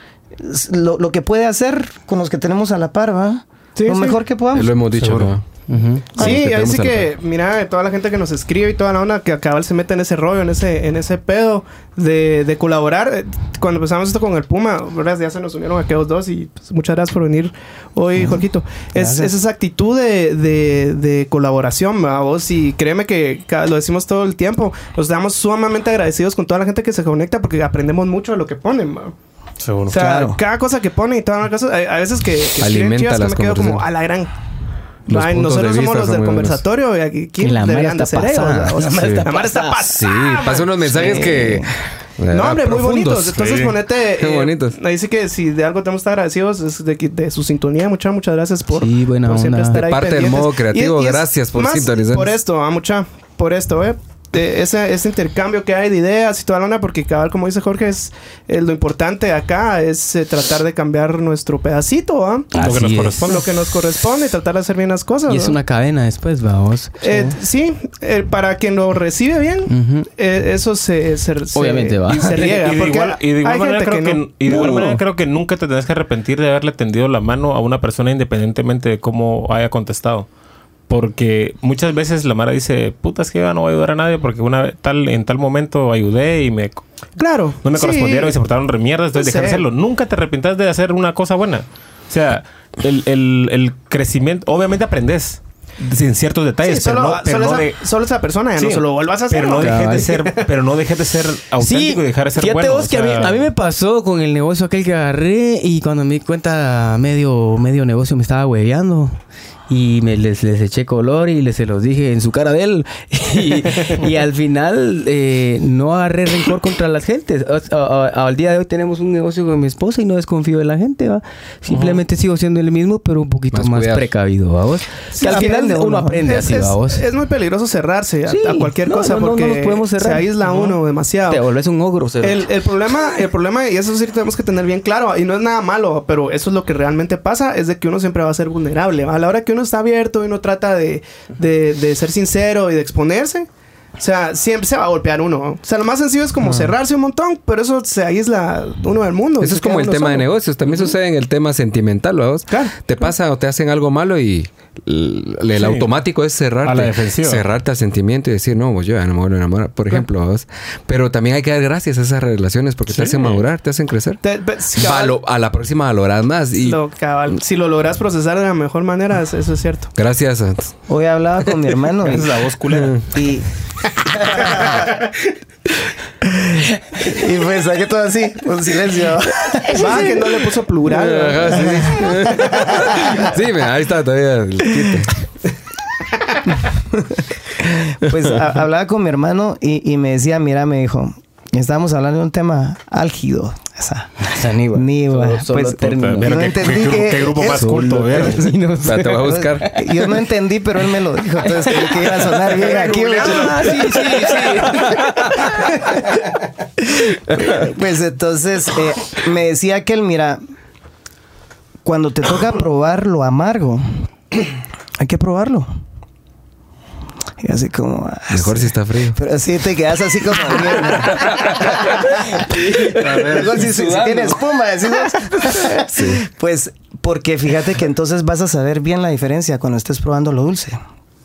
S3: lo, lo que puede hacer con los que tenemos a la par, ¿va?
S1: Sí,
S3: lo
S1: sí.
S3: mejor que podamos.
S4: Lo hemos dicho,
S2: Seguro.
S4: ¿no?
S5: Ujú.
S4: Ah,
S1: Sí,
S4: los que
S1: ahí
S4: tenemos
S1: sí
S4: a la
S1: que, mira, toda la gente que nos escribe y toda la onda que a cabal se mete en ese rollo, en ese, en ese pedo de, de colaborar. Eh, Cuando empezamos esto con el Puma, ¿verdad? Ya se nos unieron aquellos dos y pues, muchas gracias por venir hoy, Jorgito. Es,
S3: Gracias.
S1: es esa actitud de, de, de colaboración, ¿va? Vos, y créeme que ca- lo decimos todo el tiempo, nos estamos sumamente agradecidos con toda la gente que se conecta porque aprendemos mucho de lo que ponen, ¿va?
S2: Seguro.
S1: O sea,
S3: Claro.
S1: cada cosa que pone y todas las cosas, hay, hay veces que, que escriben
S4: Alimenta
S1: chivas que
S4: las
S1: me quedo como
S4: conversaciones.
S1: a la gran.
S4: Los
S1: Ay,
S4: puntos
S1: nosotros
S4: de
S1: somos
S4: vista
S1: los
S4: son
S1: del
S4: muy buenos.
S1: conversatorio y aquí
S5: Que la
S1: deberían
S5: mara
S1: de ser
S5: está
S1: ellos,
S5: pasada.
S1: ¿verdad? O sea,
S4: Sí.
S1: la mara está
S4: Sí,
S1: pasada.
S4: pasa unos mensajes
S3: Sí.
S4: que...
S1: No, hombre, muy
S4: profundos.
S1: bonitos. Entonces,
S2: Sí.
S1: ponete.
S4: Qué
S1: eh,
S4: bonitos.
S1: Ahí sí que si de algo tenemos que estar agradecidos es de, que- de su sintonía. Muchas, muchas gracias por,
S5: Sí, buena
S1: por siempre
S5: onda.
S1: estar
S4: De
S1: ahí.
S4: parte del
S1: pendientes.
S4: modo creativo,
S1: es
S4: gracias por
S1: más
S4: sintonizarnos.
S1: Por esto, ah, mucha. Por esto, ¿eh? De ese, ese intercambio que hay de ideas y toda la onda, porque cabal, como dice Jorge, es eh, lo importante acá es eh, tratar de cambiar nuestro pedacito, ¿ah?
S2: Lo que
S5: Así
S2: nos
S5: es.
S2: corresponde.
S1: Lo que nos corresponde y tratar de hacer bien las cosas.
S5: Y es
S1: ¿no?
S5: una cadena después, vamos.
S1: Eh, sí, eh, para quien lo recibe bien,
S5: Ujú.
S1: eh, eso se, se, se-
S5: Obviamente va.
S1: y se
S2: Y,
S1: riega.
S2: y de
S1: porque
S2: igual, y de igual
S1: hay
S2: manera
S1: gente
S2: creo que,
S1: que no.
S2: y de igual
S5: No.
S2: manera creo que nunca te tenés que arrepentir de haberle tendido la mano a una persona independientemente de cómo haya contestado. Porque muchas veces la Mara dice, puta, es que yo no voy a ayudar a nadie porque una vez- tal, en tal momento ayudé y me
S1: Claro.
S2: no me
S1: sí.
S2: correspondieron y se portaron remierdas, entonces
S1: Yo
S2: dejar de
S1: sé.
S2: hacerlo. Nunca te arrepientas de hacer una cosa buena. O sea, el, el, el crecimiento, obviamente aprendes sin ciertos detalles,
S1: Sí, solo,
S2: pero no, pero
S1: solo
S2: no
S1: esa,
S2: de-
S1: solo esa persona, ya
S2: Sí,
S1: no se lo vuelvas a hacer.
S2: pero no
S1: ¿no?
S2: dejes de
S5: Cabal.
S2: ser, pero no dejes de ser auténtico y dejar de ser
S5: fíjate
S2: bueno.
S5: vos
S2: o
S5: que a, mí,
S2: sea,
S5: a mí me pasó con el negocio aquel que agarré y cuando me di cuenta medio, medio negocio me estaba hueveando. Y me les, les eché color y les se los dije en su cara de él. Y, y al final eh, no agarré rencor contra las gentes. O- a- a- al día de hoy tenemos un negocio con mi esposa y no desconfío de la gente. ¿va? Simplemente sigo siendo el mismo, pero un poquito
S4: Más
S5: más,
S4: cuidado.
S5: precavido. ¿vamos?
S1: Sí,
S5: que al final
S3: aprende
S5: uno
S3: uno.
S5: aprende
S1: es,
S5: así,
S1: es,
S5: ¿vamos?
S1: es muy peligroso cerrarse a-
S5: Sí.
S1: a, cualquier
S5: No,
S1: cosa
S5: no, no, no
S1: porque
S5: nos podemos cerrar.
S1: se aísla
S5: Ujú.
S1: uno demasiado.
S5: Te volvés un ogro. cero.
S1: El, el problema, el problema, y eso sí tenemos que tener bien claro, y no es nada malo, pero eso es lo que realmente pasa, es de que uno siempre va a ser vulnerable. ¿va? A la hora que uno está abierto y uno trata de, de, de ser sincero y de exponerse, o sea, siempre se va a golpear uno. ¿va? O sea, lo más sencillo es como cerrarse un montón, pero eso se aísla uno del mundo.
S4: Eso
S1: se
S4: es como
S1: queda
S4: el
S1: uno
S4: tema de
S1: solo.
S4: negocios. También sucede en el tema sentimental, ¿vamos?
S1: Claro,
S4: Te pasa o te hacen algo malo y el, el
S2: Sí.
S4: automático es cerrarte.
S2: A la defensiva.
S4: Cerrarte al sentimiento y decir, no, pues yo ya no me vuelvo a enamorar, por
S1: Claro.
S4: ejemplo. ¿vamos? Pero también hay que dar gracias a esas relaciones porque te
S2: Sí.
S4: hacen madurar, te hacen crecer.
S1: Te- pe- si cabal,
S4: Valo- a la próxima valoras más. Y
S1: lo- cabal, si lo logras procesar de la mejor manera, eso eso es cierto.
S4: gracias a...
S3: Hoy hablaba con mi hermano y,
S2: esa es la voz culera.
S3: y, y pues saqué todo así, con silencio.
S1: Va, que no le puso plural. ¿va?
S4: Ajá, sí, sí. Sí, mira, ahí está todavía el quite.
S3: Pues a- hablaba con mi hermano y, y me decía, mira, me dijo, estábamos hablando de un tema álgido, Esa.
S5: Esa ni va.
S3: Ni va.
S5: Solo- solo
S3: Pues,
S5: términos.
S2: Pero
S3: no
S2: qué,
S3: entendí
S2: qué-
S3: que
S2: qué grupo
S3: es-
S2: más culto, ¿verdad?
S5: Términos.
S4: Espera, te voy a buscar.
S3: Yo no entendí, pero él me lo dijo. Entonces creí que iba a sonar bien aquí.
S5: Ah, sí, sí, sí.
S3: Pues entonces eh, me decía que él, mira, cuando te toca probar lo amargo, hay que probarlo. Y así como... ah,
S4: Mejor si está frío.
S3: Pero así te quedas así como... Mejor si, si, si tiene espuma. ¿Sí sabes?
S4: Sí.
S3: Pues porque fíjate que entonces vas a saber bien la diferencia cuando estés probando lo dulce.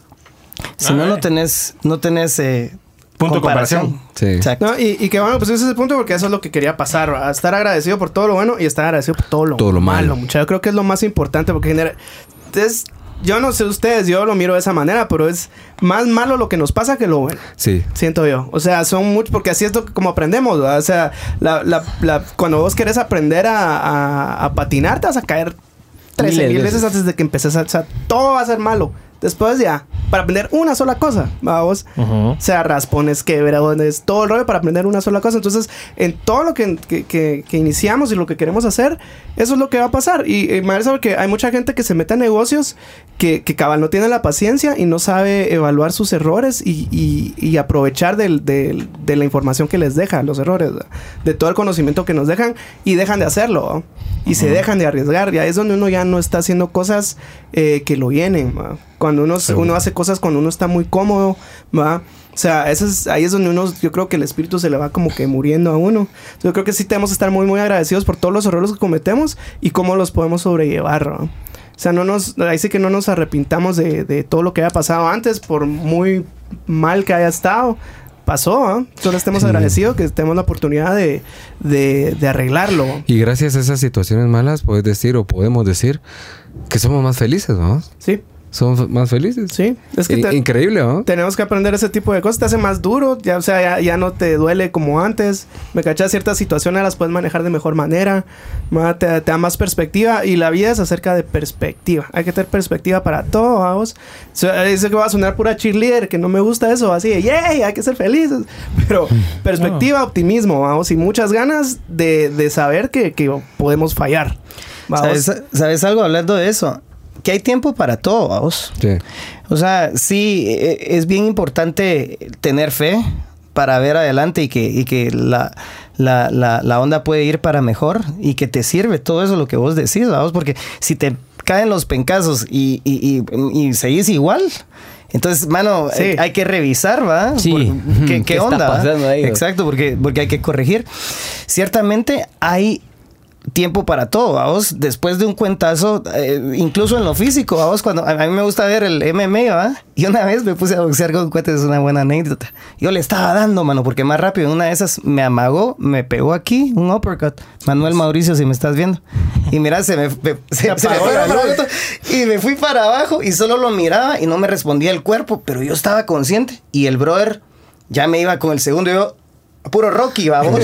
S3: Si
S2: Ah,
S3: no, no
S2: eh.
S3: tenés... No tenés eh,
S2: Punto de comparación.
S4: Sí.
S3: Exacto.
S1: No, y, y que bueno, pues ese es el punto porque eso es lo que quería pasar, ¿verdad? Estar agradecido por todo lo bueno y estar agradecido por todo lo,
S4: Todo lo malo.
S1: muchacho. Yo creo que es lo más importante porque genera... Es, yo no sé ustedes, yo lo miro de esa manera, pero es más malo lo que nos pasa que lo bueno.
S4: Sí.
S1: Siento yo. O sea, son muchos... Porque así es lo que, como aprendemos, ¿verdad? O sea, la, la, la, cuando vos querés aprender a, a, a patinar, te vas a caer trece
S5: Miles
S1: mil
S5: de
S1: veces
S5: veces.
S1: antes de que empeces a... O sea, todo va a ser malo. Después ya, para aprender una sola cosa, vamos.
S2: Ujú.
S1: O sea, raspones, quebradones, todo el rollo para aprender una sola cosa. Entonces, en todo lo que, que, que, que iniciamos y lo que queremos hacer, eso es lo que va a pasar. Y, y me parece porque hay mucha gente que se mete a negocios que, que cabal no tiene la paciencia y no sabe evaluar sus errores y, y, y aprovechar del, del, de la información que les deja, los errores, ¿verdad? De todo el conocimiento que nos dejan y dejan de hacerlo, ¿no? Y se dejan de arriesgar. Ya es donde uno ya no está haciendo cosas eh, que lo llenen, ¿va? Cuando uno, uno hace cosas cuando uno está muy cómodo, ¿va? O sea, eso es, ahí es donde uno, yo creo que el espíritu se le va como que muriendo a uno. Yo creo que sí tenemos que estar muy, muy agradecidos por todos los errores que cometemos y cómo los podemos sobrellevar, ¿no? O sea, no nos, ahí sí que no nos arrepintamos de, de todo lo que haya pasado antes, por muy mal que haya estado. Pasó, ¿eh? Solo estemos
S4: Sí.
S1: agradecidos que tenemos la oportunidad de, de, de arreglarlo.
S4: Y gracias a esas situaciones malas, puedes decir o podemos decir que somos más felices, ¿no?
S1: Sí,
S4: Somos más felices.
S1: sí. Es que
S4: I-
S1: te-
S4: Increíble, ¿no?
S1: tenemos que aprender ese tipo de cosas. Te hace más duro. Ya, o sea, ya, ya no te duele como antes. Me cachas, ciertas situaciones las puedes manejar de mejor manera. ¿Va? Te, te da más perspectiva. Y la vida es acerca de perspectiva. Hay que tener perspectiva para todo, vamos. O sea, eso que va a sonar pura cheerleader, que no me gusta eso. Así de, ¡yay! Hay que ser felices. Pero perspectiva, optimismo, vamos. Y muchas ganas de, de saber que, que podemos fallar. Vamos.
S3: ¿Sabes, ¿Sabes algo hablando de eso? Que hay tiempo para todo, vamos.
S4: Sí.
S3: O sea, sí, e- es bien importante tener fe para ver adelante y que, y que la, la, la, la onda puede ir para mejor y que te sirve todo eso lo que vos decís, vamos, porque si te caen los pencazos y, y, y, y seguís igual, entonces, mano,
S1: Sí.
S3: eh, hay que revisar, ¿va?
S5: Sí.
S3: Por- ¿Qué,
S5: ¿Qué
S3: qué
S5: está
S3: onda? va?
S5: pasando ahí, va?
S3: Exacto, porque, porque hay que corregir. Ciertamente hay tiempo para todo, vamos. Después de un cuentazo, eh, incluso en lo físico, vamos, cuando a, a mí me gusta ver el M M A, ¿va? Y una vez me puse a boxear con cuentas, es una buena anécdota. Yo le estaba dando, mano, porque más rápido, en una de esas me amagó, me pegó aquí, un uppercut. Manuel Mauricio, si me estás viendo. Y mira, se me, me- se, se me fue
S1: la
S3: para
S1: luz.
S3: abajo, y me fui para abajo y solo lo miraba y no me respondía el cuerpo, pero yo estaba consciente. Y el brother ya me iba con el segundo y yo, puro Rocky, vamos.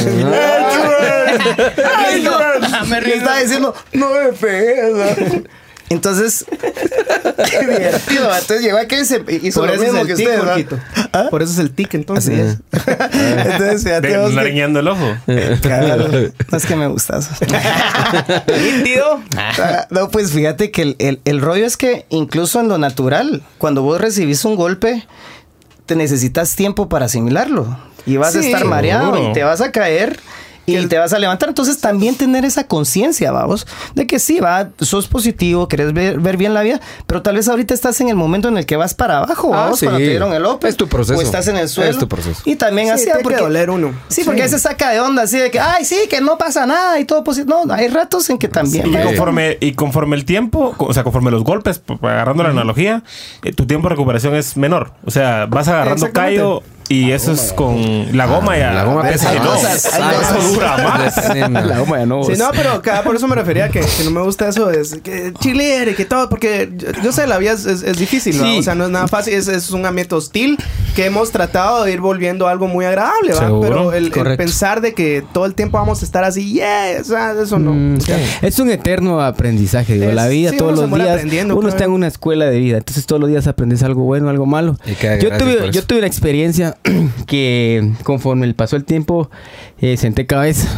S1: Ay,
S3: Yo,
S5: me
S3: le estaba diciendo, no me pegues. ¿no? Entonces, qué divertido. Entonces llegó aquel y se hizo
S1: Por
S3: lo
S1: eso es
S3: mismo
S1: el
S3: que
S1: tic,
S3: usted, ¿no?
S1: Jorgito.
S3: ¿Ah?
S1: Por eso es el tic, entonces.
S3: Así es. Entonces, fíjate vos que-
S2: Nariñando el ojo.
S3: Claro, no es que me gustas.
S5: Nítido.
S3: Ah, No, pues fíjate que el, el- el rollo es que incluso en lo natural, cuando vos recibís un golpe, te necesitas tiempo para asimilarlo. Y vas a
S1: Sí,
S3: estar mareado
S2: seguro.
S3: y te vas a caer y te vas a levantar. Entonces también tener esa conciencia, vamos, de que sí, va, sos positivo, querés ver, ver bien la vida, pero tal vez ahorita estás en el momento en el que vas para abajo,
S4: Ah,
S3: vamos,
S4: sí.
S3: cuando te dieron el Open.
S4: Es tu proceso.
S3: O estás en el suelo.
S4: Es tu proceso.
S3: Y también
S1: Sí,
S3: así,
S1: tiene que
S3: porque
S1: doler uno.
S3: Sí, porque
S1: Sí.
S3: a veces saca de onda así de que, ay, sí, que no pasa nada y todo positivo. No, hay ratos en que también.
S2: Y
S3: va-
S2: conforme, y conforme el tiempo, o sea, conforme los golpes, p- agarrando la analogía, eh, tu tiempo de recuperación es menor. O sea, vas agarrando
S1: Exactamente.
S2: callo y eso es con la goma ya.
S4: La goma
S3: Hay
S4: pesa.
S3: cosas, hay
S4: Ah,
S3: cosas.
S2: Eso dura más.
S5: La goma ya no.
S1: Sí, no, pero cada, por eso me refería que, que no me gusta eso, es que chilere, que todo, porque yo, yo sé, la vida es, es, es difícil, ¿no?
S5: Sí.
S1: O sea, no es nada fácil, es, es un ambiente hostil que hemos tratado de ir volviendo a algo muy agradable, ¿va?
S2: Seguro.
S1: Pero el, el
S3: Correcto.
S1: pensar de que todo el tiempo vamos a estar así, yeah, o sea, eso no.
S5: Mm,
S1: O sea,
S5: Es un eterno aprendizaje, digo.
S1: Es-
S5: La vida
S1: sí,
S5: todos
S1: uno se
S5: los
S1: muere
S5: días.
S1: aprendiendo,
S5: Uno
S1: claro.
S5: está en una escuela de vida. Entonces todos los días aprendes algo bueno, algo malo.
S4: Y que
S5: Yo
S4: gracias por
S5: tuve,
S4: eso.
S5: yo tuve una experiencia que conforme pasó el tiempo eh, senté cabeza.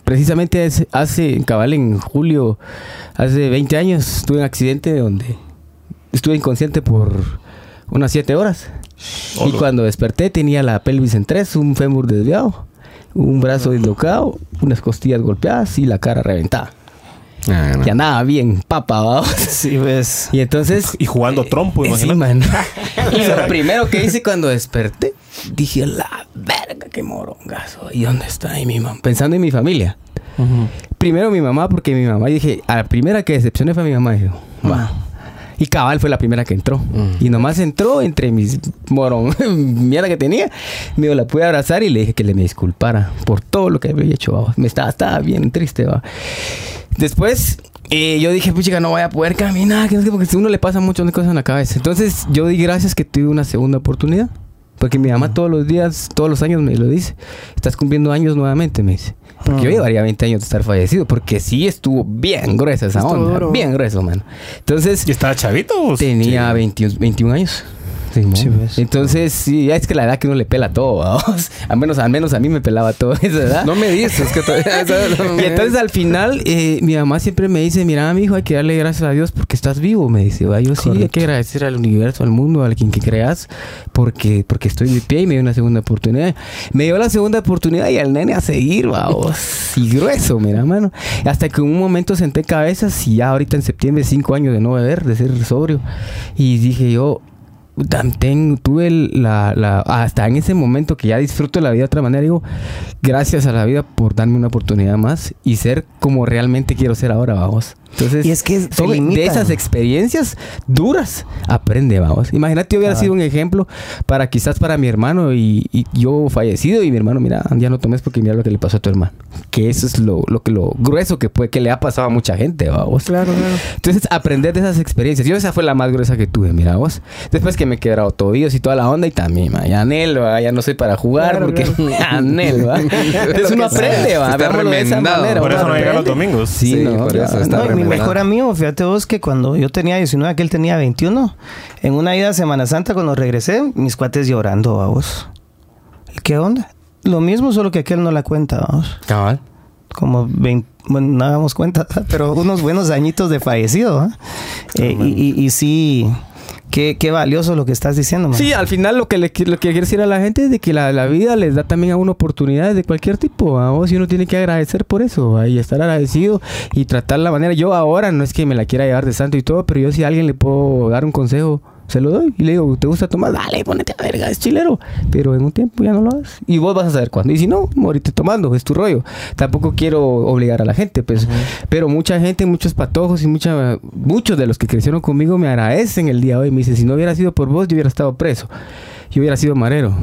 S5: precisamente hace, hace, cabal, en julio, hace veinte años, tuve un accidente donde estuve inconsciente por unas siete horas.
S2: Olo.
S5: Y cuando desperté tenía la pelvis en tres, un fémur desviado, un brazo dislocado, unas costillas golpeadas y la cara reventada.
S4: Ah, no.
S5: Que andaba bien papa, ¿vamos?
S3: Sí, ves.
S5: Y entonces...
S2: Y jugando trompo,
S5: Eh, sí,
S2: imagínate.
S5: man. Y lo primero que hice cuando desperté, dije, la verga, qué morongazo. ¿Y dónde está ahí mi mamá? Pensando en mi familia.
S2: Ujú.
S5: Primero mi mamá, porque mi mamá, dije, a la primera que decepcioné fue mi mamá. Dije, va. Y cabal fue la primera que entró.
S4: Mm.
S5: Y nomás entró entre mis morón, mierda que tenía. Me la pude abrazar y le dije que le me disculpara por todo lo que había hecho. ¿Va? Me estaba, estaba bien triste. ¿Va? Después, eh, yo dije, puchica, no voy a poder caminar. Que no sé qué, porque a uno le pasa muchas cosas en la cabeza. Entonces, yo di gracias que tuve una segunda oportunidad. Porque mi mamá todos los días, todos los años me lo dice. Estás cumpliendo años nuevamente, me dice. Porque yo llevaría veinte años de estar fallecido. Porque sí estuvo bien gruesa esa
S1: Estuvo
S5: onda.
S1: duro.
S5: Bien grueso, mano. Entonces,
S2: ¿Y estaba chavito? o
S5: tenía
S2: sí?
S5: veintiuno, veintiún años. Sí,
S3: Sí, ves.
S5: entonces, sí, es que la edad que uno le pela todo, vamos. Al menos, al menos a mí me pelaba todo esa edad.
S4: No me dices que todavía...
S5: Y entonces al final, eh, mi mamá siempre me dice, mira, mi hijo, hay que darle gracias a Dios porque estás vivo. Me dice, va, yo sí, hay que agradecer al universo, al mundo, a quien que creas, porque, porque estoy de pie y me dio una segunda oportunidad. Me dio la segunda oportunidad y al nene a seguir, vamos. Y grueso, mira, mano. Hasta que en un momento senté cabezas y ya ahorita en septiembre, cinco años de no beber, de ser sobrio. Y dije yo... Ten, tuve el- la, la, hasta en ese momento que ya disfruto la vida de otra manera, digo, gracias a la vida por darme una oportunidad más y ser como realmente quiero ser ahora, vamos. Entonces,
S3: Y es que se
S5: son de
S3: limitan.
S5: esas experiencias duras, aprende, vamos. Imagínate, yo hubiera
S3: Ah.
S5: sido un ejemplo para quizás para mi hermano y, y yo fallecido y mi hermano, mira, ya no tomes porque mira lo que le pasó a tu hermano. Que eso es lo, lo que lo grueso que puede, que le ha pasado a mucha gente, vamos.
S1: Claro, claro.
S5: Entonces, aprender de esas experiencias. Yo esa fue la más gruesa que tuve, mira vos. Después que me he quebrado tobillos y toda la onda y también, ma, ya anhelo, va, ya no soy para jugar
S1: Claro,
S5: porque anhelo, va. Entonces uno
S4: sea.
S5: aprende, va.
S4: Está
S5: Veámoslo de esa
S4: remendado.
S5: manera.
S2: Por
S5: uno
S2: eso no llega los
S5: aprende.
S2: domingos.
S5: Sí,
S4: Sí,
S5: no,
S4: por
S5: ya,
S4: eso está
S5: no,
S3: No, mi
S4: remendado.
S3: mejor amigo, fíjate vos que cuando yo tenía diecinueve, aquel tenía veintiuno, en una ida a Semana Santa cuando regresé, mis cuates llorando, vamos. ¿Qué onda? Lo mismo, solo que aquel no la cuenta, vamos.
S5: cabal.
S3: Como veinte, bueno, no hagamos cuenta, pero unos buenos añitos de fallecido, ¿ah? Eh, y, y, y sí, qué, qué valioso lo que estás diciendo, man.
S5: Sí, al final lo que le lo que quiero decir a la gente es de que la, la vida les da también a uno oportunidades de cualquier tipo, vamos, y uno tiene que agradecer por eso, ¿va? Y estar agradecido y tratar la manera. Yo ahora no es que me la quiera llevar de santo y todo, pero yo si a alguien le puedo dar un consejo, se lo doy y le digo, ¿te gusta tomar? Dale, ponete a verga, es chilero. Pero en un tiempo ya no lo hagas. Y vos vas a saber cuándo. Y si no, morite tomando, es tu rollo. Tampoco quiero obligar a la gente, pues. Uh-huh. Pero mucha gente, muchos patojos y mucha, muchos de los que crecieron conmigo me agradecen el día de hoy. Me dicen, si no hubiera sido por vos, yo hubiera estado preso. Yo hubiera sido marero.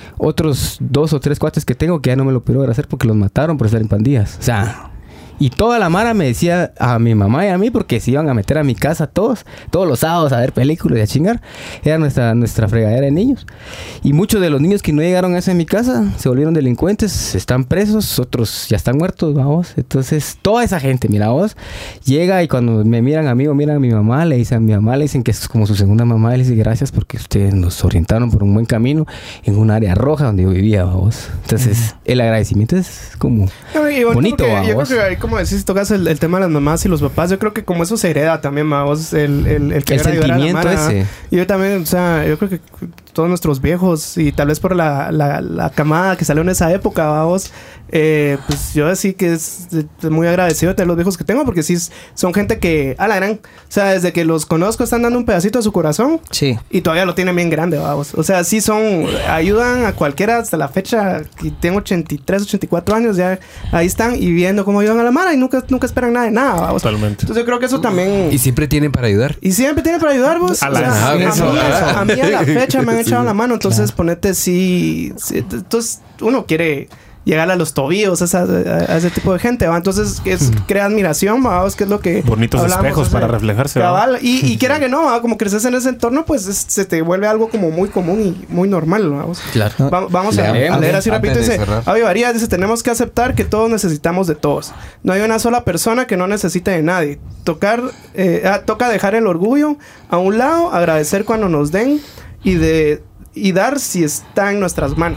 S5: Otros dos o tres cuates que tengo que ya no me lo pudieron hacer porque los mataron por estar en pandillas. O sea... Y toda la mara me decía a mi mamá y a mí, porque se iban a meter a mi casa todos, todos los sábados a ver películas y a chingar. Era nuestra, nuestra fregadera de niños. Y muchos de los niños que no llegaron a esa en mi casa se volvieron delincuentes, están presos, otros ya están muertos, vamos. Entonces, toda esa gente, mira vos, llega y cuando me miran a mí o miran a mi mamá, le dicen a mi mamá, le dicen que es como su segunda mamá, y le dicen gracias porque ustedes nos orientaron por un buen camino en un área roja donde yo vivía, vamos. Entonces, uh-huh. el agradecimiento es como
S1: no, y
S5: bonito, vamos.
S1: Yo creo que como decís, tocas el, el tema de las mamás y los papás, yo creo que como eso se hereda también, vos, el, el, el,
S5: el sentimiento ese.
S1: Y yo también, o sea, yo creo que todos nuestros viejos, y tal vez por la, la, la camada que salió en esa época, vamos, eh, pues yo así que es, es muy agradecido de los viejos que tengo, porque sí son gente que, a la gran, o sea, desde que los conozco están dando un pedacito de su corazón.
S3: Sí.
S1: Y todavía lo tienen bien grande, vamos. O sea, sí son, ayudan a cualquiera hasta la fecha, que tengo ochenta y tres, ochenta y cuatro años, ya ahí están y viendo cómo ayudan a la mara y nunca, nunca esperan nada de nada, vamos.
S2: Totalmente.
S1: Entonces yo creo que eso también...
S4: Y siempre tienen para ayudar.
S1: Y siempre tienen para ayudar, vos.
S2: A la
S1: o sea, a, mí,
S4: eso,
S1: a, a mí a la fecha me han echado
S4: sí,
S1: la mano. Entonces,
S4: claro.
S1: ponete sí, sí... Entonces, uno quiere llegar a los tobillos a, esa, a ese tipo de gente, ¿va? Entonces, es, crea admiración, vamos, que es lo que...
S2: Bonitos espejos para reflejarse,
S1: cabal, y, y quiera que no, ¿va? Como creces en ese entorno, pues es, se te vuelve algo como muy común y muy normal, vamos.
S5: Claro.
S1: Va, vamos a, a leer así rapidito. Dice, Avi Varías dice, tenemos que aceptar que todos necesitamos de todos. No hay una sola persona que no necesite de nadie. Tocar, eh, ah, toca dejar el orgullo a un lado, agradecer cuando nos den y de y dar si está en nuestras manos.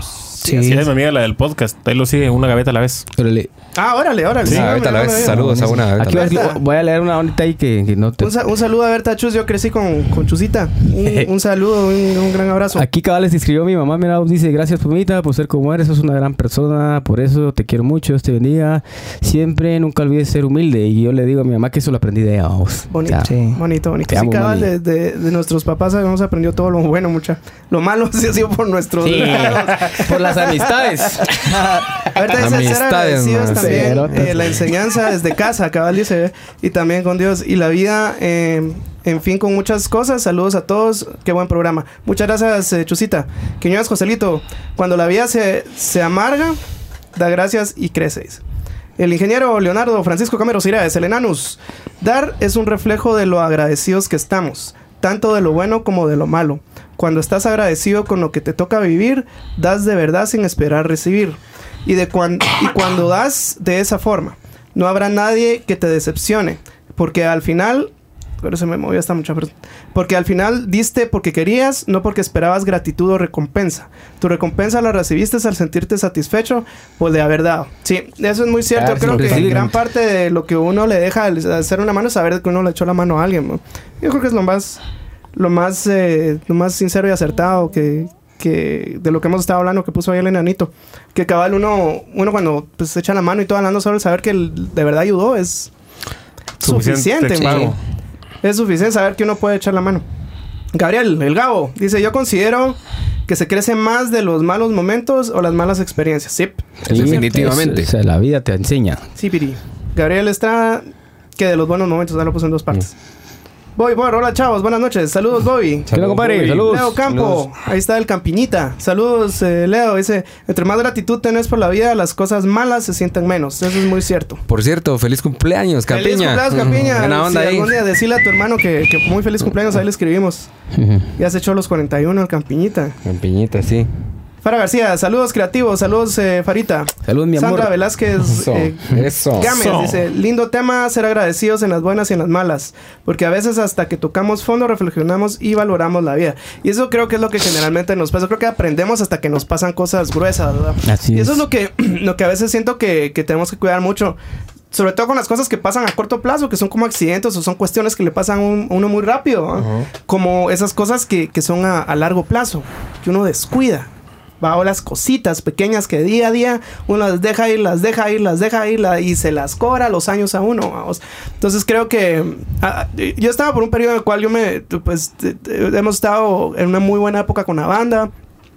S3: Sí.
S2: Sí, es mi amiga la del podcast. Ahí lo sigue una gaveta a la vez.
S5: Órale.
S1: Ah, órale, órale.
S4: Sí,
S1: Sí,
S4: ahorita a la
S1: hombre,
S4: vez.
S1: órale.
S4: Saludos a una ahorita
S5: Aquí
S4: a la
S5: voy,
S4: vez.
S1: Berta.
S5: voy a leer una bonita ahí que, que no te...
S1: Un, sa- un saludo a Berta Chus. Yo crecí con, con Chusita. Un, un saludo, un, un gran abrazo.
S5: Aquí cabales escribió mi mamá, mira, dice, gracias Pumita por ser como eres, sos una gran persona, por eso te quiero mucho, Dios te bendiga. Siempre, nunca olvides ser humilde. Y yo le digo a mi mamá que eso lo aprendí de ella, vamos.
S1: Bonito,
S5: Ya.
S3: Sí.
S1: bonito, bonito.
S5: Te
S1: Sí,
S5: amo,
S1: cabal,
S5: mami.
S1: de, de, de nuestros papás hemos aprendido todo lo bueno, mucha. Lo malo sí ha sido por nuestros...
S5: Sí, por las amistades.
S1: Ahorita dice ser
S4: Amistades,
S1: agradecidos
S4: man.
S1: también.
S5: Cerotes.
S1: eh, la enseñanza desde casa, cabal dice, y también con Dios. Y la vida, eh, en fin, con muchas cosas. Saludos a todos. Qué buen programa. Muchas gracias, eh, Chusita. Quiñones Joselito. Cuando la vida se, se amarga, da gracias y crece. dice. El ingeniero Leonardo Francisco Camero Ciraez, el Enanus. Dar es un reflejo de lo agradecidos que estamos, tanto de lo bueno como de lo malo. Cuando estás agradecido con lo que te toca vivir, das de verdad sin esperar recibir. Y, de cuan- y cuando das de esa forma, no habrá nadie que te decepcione, porque al final... Pero se me movió esta mucha persona. Porque al final diste porque querías, no porque esperabas gratitud o recompensa. Tu recompensa la recibiste al sentirte satisfecho por de haber dado. Sí, eso es muy cierto.
S5: Ah,
S1: Yo creo
S5: sí,
S1: que
S5: sí.
S1: gran parte de lo que uno le deja al hacer una mano es saber que uno le echó la mano a alguien, ¿no? Yo creo que es lo más, lo más, eh, lo más sincero y acertado que, que de lo que hemos estado hablando, que puso ahí el enanito. Que cabal uno, uno cuando pues echa la mano y todo hablando, solo el saber que el- de verdad ayudó es suficiente,
S2: Suficiente
S1: man.
S2: pago.
S1: Es suficiente saber que uno puede echar la mano. Gabriel, el Gabo, dice, yo considero que se crece más de los malos momentos o las malas experiencias. Sí,
S5: Sí,
S4: Definitivamente.
S5: es- o sea, la vida te enseña.
S1: sí, Piri. Gabriel está que de los buenos momentos, ya lo puse en dos partes. Voy, voy, hola chavos, buenas noches. Saludos, Bobby.
S5: ¿Qué onda, compadre? Saludos.
S1: Leo Campo, ahí está el Campiñita. Saludos, eh, Leo. Dice, entre más gratitud tenés por la vida, las cosas malas se sienten menos. Eso es muy cierto.
S4: Por cierto, feliz cumpleaños, Campiña.
S1: Feliz cumpleaños, Campiña.
S4: Buena onda
S1: si
S4: ahí.
S1: algún día decirle a tu hermano que, que muy feliz cumpleaños, ahí le escribimos. Ya se echó los cuarenta y uno el Campiñita.
S4: Campiñita, sí.
S1: Fara García, saludos creativos, saludos eh, Farita.
S5: Saludos, mi amor.
S1: Sandra Velázquez
S4: Eso,
S1: eh,
S4: eso.
S1: Gámez
S2: Eso.
S1: dice, lindo tema ser agradecidos en las buenas y en las malas, porque a veces hasta que tocamos fondo reflexionamos y valoramos la vida. Y eso creo que es lo que generalmente nos pasa. Creo que aprendemos hasta que nos pasan cosas gruesas, ¿verdad?
S5: Así
S1: y eso
S5: es.
S1: es lo que, lo que a veces siento que, que tenemos que cuidar mucho. Sobre todo con las cosas que pasan a corto plazo, que son como accidentes o son cuestiones que le pasan a, un- a uno muy rápido. ¿ah? Como esas cosas que, que son a, a largo plazo, que uno descuida. Va, o las cositas pequeñas que día a día uno las deja ir, las deja ir, las deja ir la- y se las cobra los años a uno. Vamos. Entonces creo que ah, yo estaba por un periodo en el cual yo me, pues, te- te- hemos estado en una muy buena época con la banda.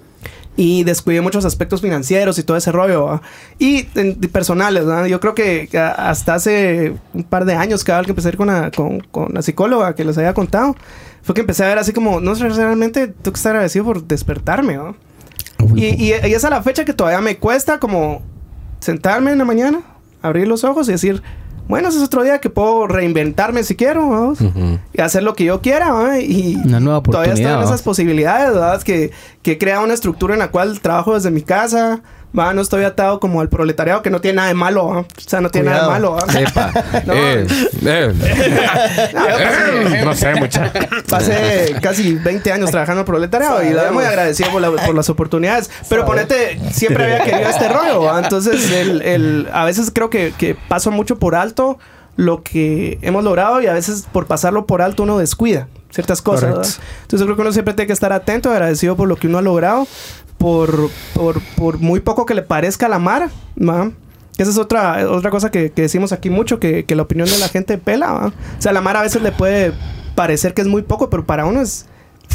S1: Y descuidé muchos aspectos financieros y todo ese rollo. ¿va? Y en- y personales, ¿verdad? Yo creo que que hasta hace un par de años, cada vez que empecé a ir con la, con, con la psicóloga que les había contado, fue que empecé a ver así como, no sé, realmente tengo que estar agradecido por despertarme, ¿no? Y, y, y es a la fecha que todavía me cuesta como sentarme en la mañana, abrir los ojos y decir, bueno, ese es otro día que puedo reinventarme si quiero, vamos,
S4: Ujú.
S1: y hacer lo que yo quiera, ¿va? Y
S5: Una nueva
S1: todavía
S5: oportunidad,
S1: están
S5: ¿va?
S1: esas posibilidades, ¿verdad? Que, que crea una estructura en la cual trabajo desde mi casa, ¿va? No estoy atado como al proletariado, que no tiene nada de malo, ¿va? O sea, no tiene
S3: Cuidado.
S1: nada de malo, ¿va?
S4: Epa.
S1: No.
S4: Eh, eh.
S1: No, yo pasé-
S2: No sé, mucha.
S1: Pasé casi veinte años trabajando en proletariado y la verdad muy agradecido por, la- por las oportunidades. Pero ponete, siempre había querido este rollo, ¿va? Entonces, el, el, a veces creo que, que paso mucho por alto lo que hemos logrado y a veces por pasarlo por alto uno descuida ciertas cosas,
S3: Correcto.
S1: ¿verdad? Entonces, yo creo que uno siempre tiene que estar atento, agradecido por lo que uno ha logrado, por, por, por muy poco que le parezca a la Mara, ¿va? Esa es otra, otra cosa que, que decimos aquí mucho, que, que la opinión de la gente pela, ¿va? O sea, la Mara a veces le puede parecer que es muy poco, pero para uno es,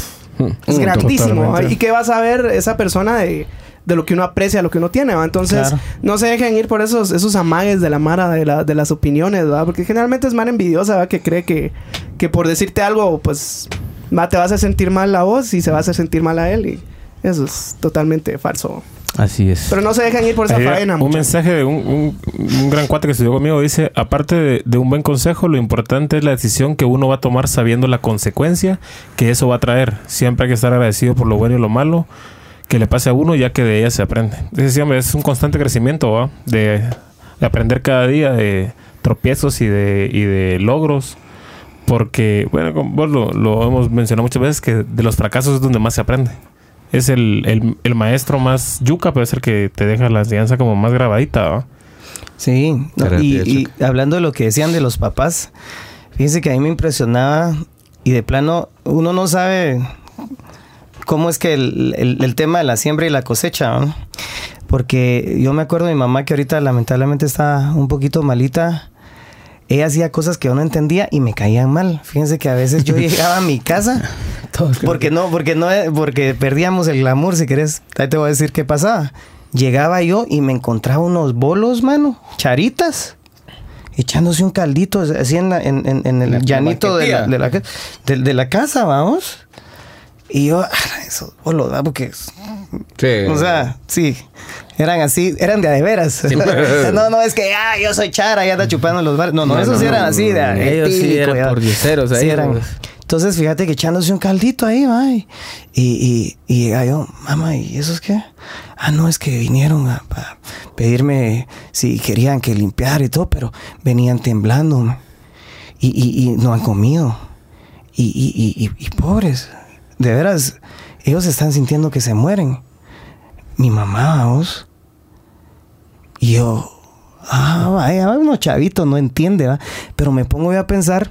S1: es
S5: Mm,
S1: grandísimo. ¿va?
S2: totalmente.
S1: ¿Y qué va a saber esa persona de, de lo que uno aprecia, lo que uno tiene? ¿va? Entonces,
S5: Claro.
S1: no se dejen ir por esos, esos amagues de la Mara, de, la, de las opiniones, ¿va? Porque generalmente es Mara envidiosa, ¿va? Que cree que, que por decirte algo, pues, va, te vas a hacer sentir mal a vos y se va a hacer sentir mal a él. Y eso es totalmente falso.
S5: Así es.
S1: Pero no se dejen ir por esa
S2: Ayer,
S1: faena,
S2: un
S1: muchachos.
S2: mensaje de un, un- un gran cuate que estudió conmigo dice, aparte de, de un buen consejo, lo importante es la decisión que uno va a tomar sabiendo la consecuencia que eso va a traer. Siempre hay que estar agradecido por lo bueno y lo malo que le pase a uno, ya que de ella se aprende. Dice, sí, hombre, es un constante crecimiento, ¿va? De, de aprender cada día de tropiezos y de, y de logros. Porque, bueno, como vos lo, lo hemos mencionado muchas veces, que de los fracasos es donde más se aprende. es el, el, el maestro más yuca, pero es el que te deja la enseñanza como más grabadita, ¿va?
S3: Sí, no, y, y hablando de lo que decían de los papás, fíjense que a mí me impresionaba y de plano uno no sabe cómo es que el, el, el tema de la siembra y la cosecha, ¿no? Porque yo me acuerdo de mi mamá que ahorita lamentablemente está un poquito malita. Ella hacía cosas que yo no entendía y me caían mal. Fíjense que a veces yo llegaba a mi casa porque no, porque no, porque perdíamos el glamour, si querés. Ahí te voy a decir qué pasaba. Llegaba yo y me encontraba unos bolos, mano, charitas, echándose un caldito así en, la, en, en, en el la, llanito la de, la, de, la, de, de la casa, vamos. Y yo, esos bolos, ¿verdad? Porque, sí. O sea, sí, eran así, eran de a de veras. Sí. no, no, es que, ah, yo soy chara, ya anda chupando los bares. No, no, no esos no, sí eran no, así, de
S5: ellos sí eran por dioseros ahí. Sí eran.
S3: Entonces, fíjate que echándose un caldito ahí, va. Y, y, y llega yo, mamá, ¿y eso es qué? Ah, no, es que vinieron a, a pedirme si querían que limpiara y todo, pero venían temblando. Y, y, y no han comido. Y, y, y, y, y pobres. De veras, ellos están sintiendo que se mueren. Mi mamá, vos. Y yo, ah, vaya, uno chavito, no entiende, ¿va? Pero me pongo yo a pensar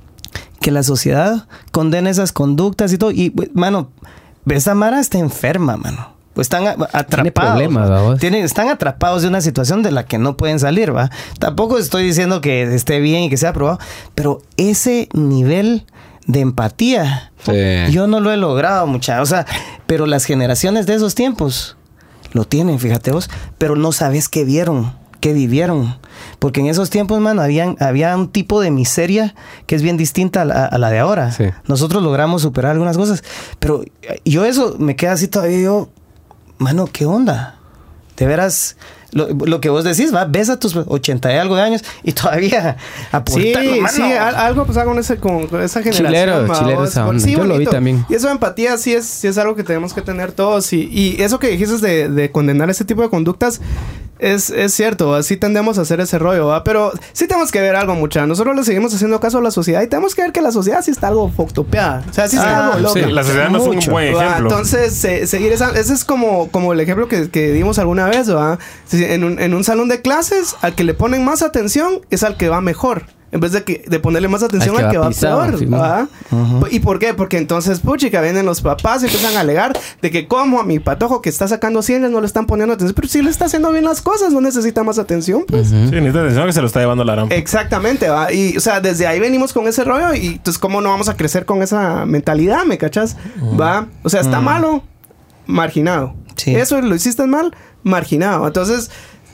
S3: que la sociedad condena esas conductas y todo. Y, mano, esa Mara está enferma, mano. Pues están atrapados. Tiene problemas, ¿va? Tienen, están atrapados de una situación de la que no pueden salir, ¿va? Tampoco estoy diciendo que esté bien y que sea aprobado, pero ese nivel de empatía, sí, yo no lo he logrado, mucha. O sea, pero las generaciones de esos tiempos lo tienen, fíjate vos, pero no sabes qué vieron, qué vivieron. Porque en esos tiempos, mano, habían, había un tipo de miseria que es bien distinta a la, a la de ahora. Sí. Nosotros logramos superar algunas cosas, pero yo eso me queda así todavía, yo, mano, ¿qué onda? De veras, lo, lo que vos decís, va, ves a tus ochenta y algo de años y todavía aportando,
S1: sí,
S3: mano.
S1: Sí, algo pasaba con, ese, con, con esa generación.
S5: Chilero, chilero esa onda. Sí, yo bonito. Lo vi también.
S1: Y eso de empatía sí es, sí es algo que tenemos que tener todos. Y, y eso que dijiste de, de condenar ese tipo de conductas es, es cierto, así tendemos a hacer ese rollo, ¿va? Pero sí tenemos que ver algo, mucha. Nosotros le seguimos haciendo caso a la sociedad y tenemos que ver que la sociedad sí está algo foctopeada. O sea, sí está ah, algo loca.
S2: Sí, la sociedad no es un buen ejemplo.
S1: Entonces, se, seguir esa... Ese es como, como el ejemplo que, que dimos alguna vez, ¿va? En un, en un salón de clases, al que le ponen más atención es al que va mejor. En vez de, que, de ponerle más atención al que, al que va, va pisado, peor. Sí, ¿no? Uh-huh. ¿Y por qué? Porque entonces, puchica, vienen los papás y empiezan a alegar de que como a mi patojo que está sacando cien no le están poniendo atención. Pero si le está haciendo bien las cosas, no necesita más atención, pues.
S2: Uh-huh. Sí, necesita atención que se lo está llevando la rampa.
S1: Exactamente, ¿va? Y, o sea, desde ahí venimos con ese rollo y entonces, ¿cómo no vamos a crecer con esa mentalidad? ¿Me cachas? Uh-huh. ¿Va? O sea, está uh-huh. malo, marginado. Sí. Eso lo hiciste mal, marginado. Entonces...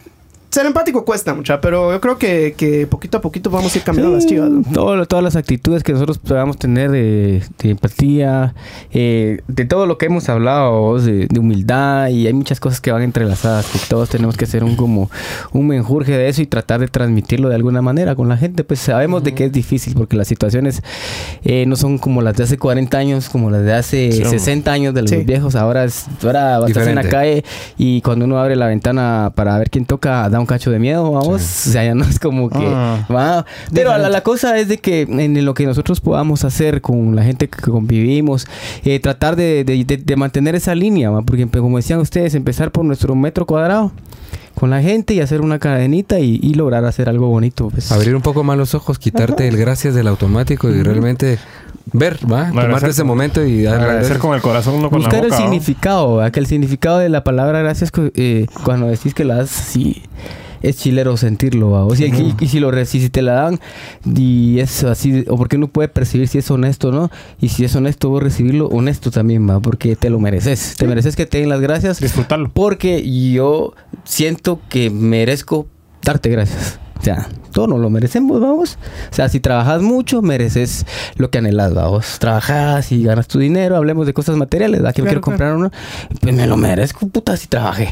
S1: ser empático cuesta mucha, pero yo creo que, que poquito a poquito vamos a ir cambiando sí, las chivas, ¿no?
S5: Todo, todas las actitudes que nosotros podamos tener de, de empatía, eh, de todo lo que hemos hablado, de, de humildad, y hay muchas cosas que van entrelazadas, que todos tenemos que hacer un como un menjurje de eso y tratar de transmitirlo de alguna manera con la gente. Pues sabemos uh-huh. de que es difícil porque las situaciones eh, no son como las de hace cuarenta años, como las de hace sí, sesenta años de los sí. viejos. Ahora, es, ahora vas en la calle y cuando uno abre la ventana para ver quién toca, da un cacho de miedo, vamos, sí. o sea, ya no es como que ah, va, pero la, la cosa es de que en lo que nosotros podamos hacer con la gente que convivimos, eh, tratar de, de, de, de mantener esa línea, ¿va? Porque como decían ustedes, empezar por nuestro metro cuadrado con la gente y hacer una cadenita y, y lograr hacer algo bonito, pues.
S4: Abrir un poco más los ojos, quitarte Ajá. el gracias del automático y uh-huh. realmente ver, va, tomarte ese momento y
S2: agradecer con el corazón, no con
S5: buscar
S2: la boca.
S5: El significado, ¿va? Que el significado de la palabra gracias, eh, cuando decís que la das, sí, es chilero sentirlo, ¿va? O sea, uh-huh. y, y si lo si, si te la dan y es así, o porque uno puede percibir si es honesto o no, y si es honesto vos recibirlo honesto también, va, porque te lo mereces, sí. te mereces que te den las gracias,
S2: disfrutarlo,
S5: porque yo siento que merezco darte gracias. O sea, todos nos lo merecemos, vamos. O sea, si trabajas mucho, mereces lo que anhelas, vamos. Trabajas y ganas tu dinero, hablemos de cosas materiales, ¿verdad? Que claro, me quiero comprar claro. uno, pues me lo merezco, puta, si trabajé.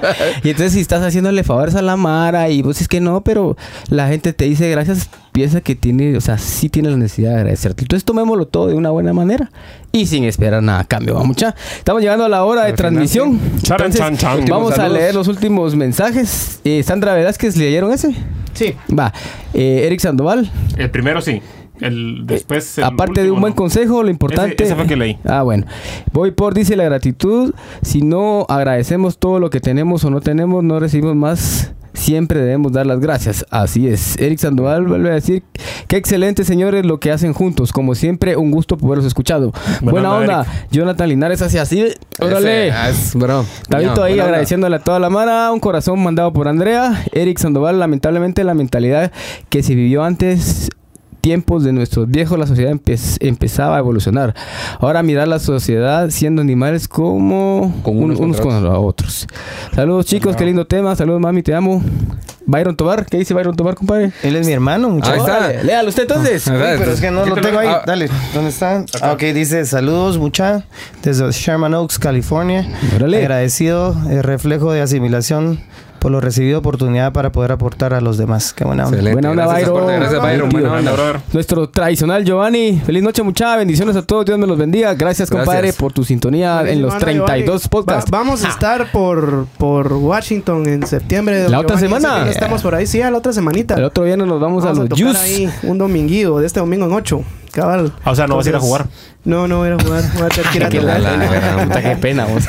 S5: Y entonces si estás haciéndole favores a la Mara y vos dices que no, pero la gente te dice gracias, piensa que tiene, o sea, sí tiene la necesidad de agradecerte. Entonces tomémoslo todo de una buena manera y sin esperar nada a cambio, vamos. Ya estamos llegando a la hora de transmisión. Entonces, chan, chan. Vamos a leer los últimos mensajes. Eh, Sandra Velázquez, ¿leyeron ese?
S1: Sí.
S5: Va. Eh, Eric Sandoval.
S2: El primero sí. El, después, el
S5: Aparte de
S2: último,
S5: un buen
S2: ¿no?
S5: consejo, lo importante...
S2: Ese- ese fue que leí.
S5: Ah, bueno. Voy por, dice, la gratitud. Si no agradecemos todo lo que tenemos o no tenemos, no recibimos más. Siempre debemos dar las gracias. Así es. Eric Sandoval vuelve a decir: qué excelente, señores, lo que hacen juntos. Como siempre, un gusto poderlos escuchado.
S2: Buena
S5: Buena
S2: onda,
S5: onda. Jonathan Linares hace así. Órale.
S4: Ese, ah, es, bro.
S5: Tabito
S4: No,
S5: ahí
S4: buena onda.
S5: agradeciéndole a toda la mara. Un corazón mandado por Andrea. Eric Sandoval, lamentablemente la mentalidad que se vivió antes tiempos de nuestros viejos, la sociedad empe- empezaba a evolucionar. Ahora mirar la sociedad siendo animales como
S4: Con
S5: un-
S4: unos
S5: unos,
S4: contra
S5: con los otros. Saludos, chicos, qué lindo tema. Saludos, mami, te amo. Byron Tobar, ¿qué dice Byron Tobar, compadre?
S3: Él es mi hermano,
S4: Ahí
S3: muchachos.
S4: está.
S5: Órale, léalo usted entonces.
S4: Ah,
S3: Sí,
S4: ¿verdad?
S3: pero es que no lo tengo ahí.
S4: Ah.
S3: Dale, ¿dónde está? Ah, ok, dice saludos, mucha, desde Sherman Oaks, California.
S5: Órale.
S3: Agradecido, el reflejo de asimilación por lo recibido, oportunidad para poder aportar a los demás. Qué buena onda.
S4: Excelente.
S5: Buena onda,
S4: Gracias,
S5: Byron.
S4: aporte. Gracias, Byron.
S5: Tío.
S4: Buena onda,
S2: brother.
S5: Nuestro tradicional Giovanni. Feliz noche, mucha bendiciones a todos. Dios me los bendiga. Gracias, compadre,
S4: Gracias.
S5: por tu sintonía en los
S1: Buenísimo,
S5: treinta y dos
S1: Giovanni.
S5: podcasts.
S1: Va- vamos a estar por, por Washington en septiembre. don
S5: ¿La otra
S1: Giovanni.
S5: semana?
S1: Dice que ya estamos por ahí, sí, a la otra semanita.
S5: El otro viernes nos vamos,
S1: Vamos
S5: a
S1: a
S5: los
S1: tocar
S5: Juice.
S1: ahí un dominguillo, de este domingo en ocho. Cabal.
S2: Ah, o sea, no vas a ir a
S1: Entonces,
S2: jugar.
S1: No, no voy a ir a jugar. Voy a tener que ir a
S4: Que la-
S1: tocar.
S4: la- la-
S5: Puta, qué pena, vos.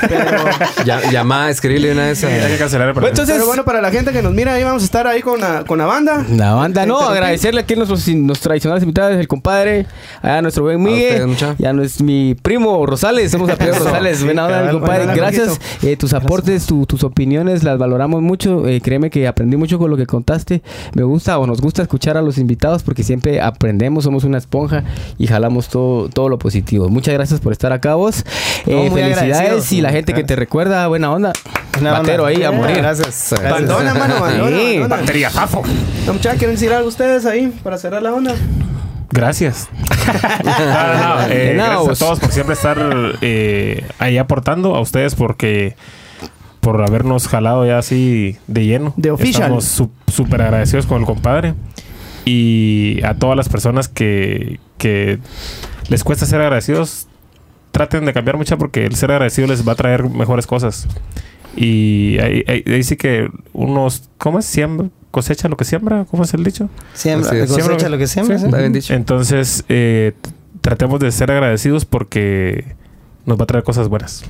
S4: Ya, llama, escribirle una de esas.
S2: Hay que cancelar el partido.
S5: Entonces,
S1: Pero bueno, para la gente que nos mira ahí, vamos a estar ahí con la, con la banda.
S5: la banda, no,
S1: Interrumpí.
S5: agradecerle aquí a nuestros, nuestros tradicionales invitados, el compadre, a nuestro buen
S4: ustedes,
S5: Miguel,
S4: mucha.
S5: y a nuestro, mi primo Rosales, somos apellidos
S1: Eso.
S5: Rosales,
S1: Sí,
S5: buena onda,
S1: cabal,
S5: mi compadre,
S1: buena onda,
S5: gracias, eh, tus aportes, tu- tus opiniones, las valoramos mucho, eh, créeme que aprendí mucho con lo que contaste, me gusta o nos gusta escuchar a los invitados porque siempre aprendemos, somos una esponja y jalamos todo, todo lo positivo. Muchas gracias por estar acá vos,
S3: No,
S5: eh,
S3: muy
S5: felicidades
S3: agradecido.
S5: y la gente que te recuerda, buena onda,
S3: Buena onda.
S5: batero ahí a morir.
S3: Gracias. gracias.
S1: Bandona, mano, bandona,
S5: Sí.
S1: bandona.
S2: Bateriazazo.
S1: No, muchachos, ¿quieren decir algo ustedes ahí para cerrar la onda?
S2: Gracias. No, no, no, eh,
S5: De nada,
S2: gracias
S5: vos.
S2: a todos por siempre estar eh, ahí aportando. A ustedes porque por habernos jalado ya así de lleno.
S1: De official.
S2: Estamos su- súper agradecidos con el compadre. Y a todas las personas que, que les cuesta ser agradecidos, traten de cambiar mucho porque el ser agradecido les va a traer mejores cosas. Y ahí, ahí- ahí sí que unos... ¿Cómo es? Siembra, cosecha lo que siembra. ¿Cómo es el dicho?
S3: Siembra,
S4: Así es.
S3: cosecha
S2: Siembra-
S3: lo que siembra.
S2: Sí.
S3: ¿sí?
S4: Está bien dicho.
S2: Entonces, eh, t- tratemos de ser agradecidos porque nos va a traer cosas buenas.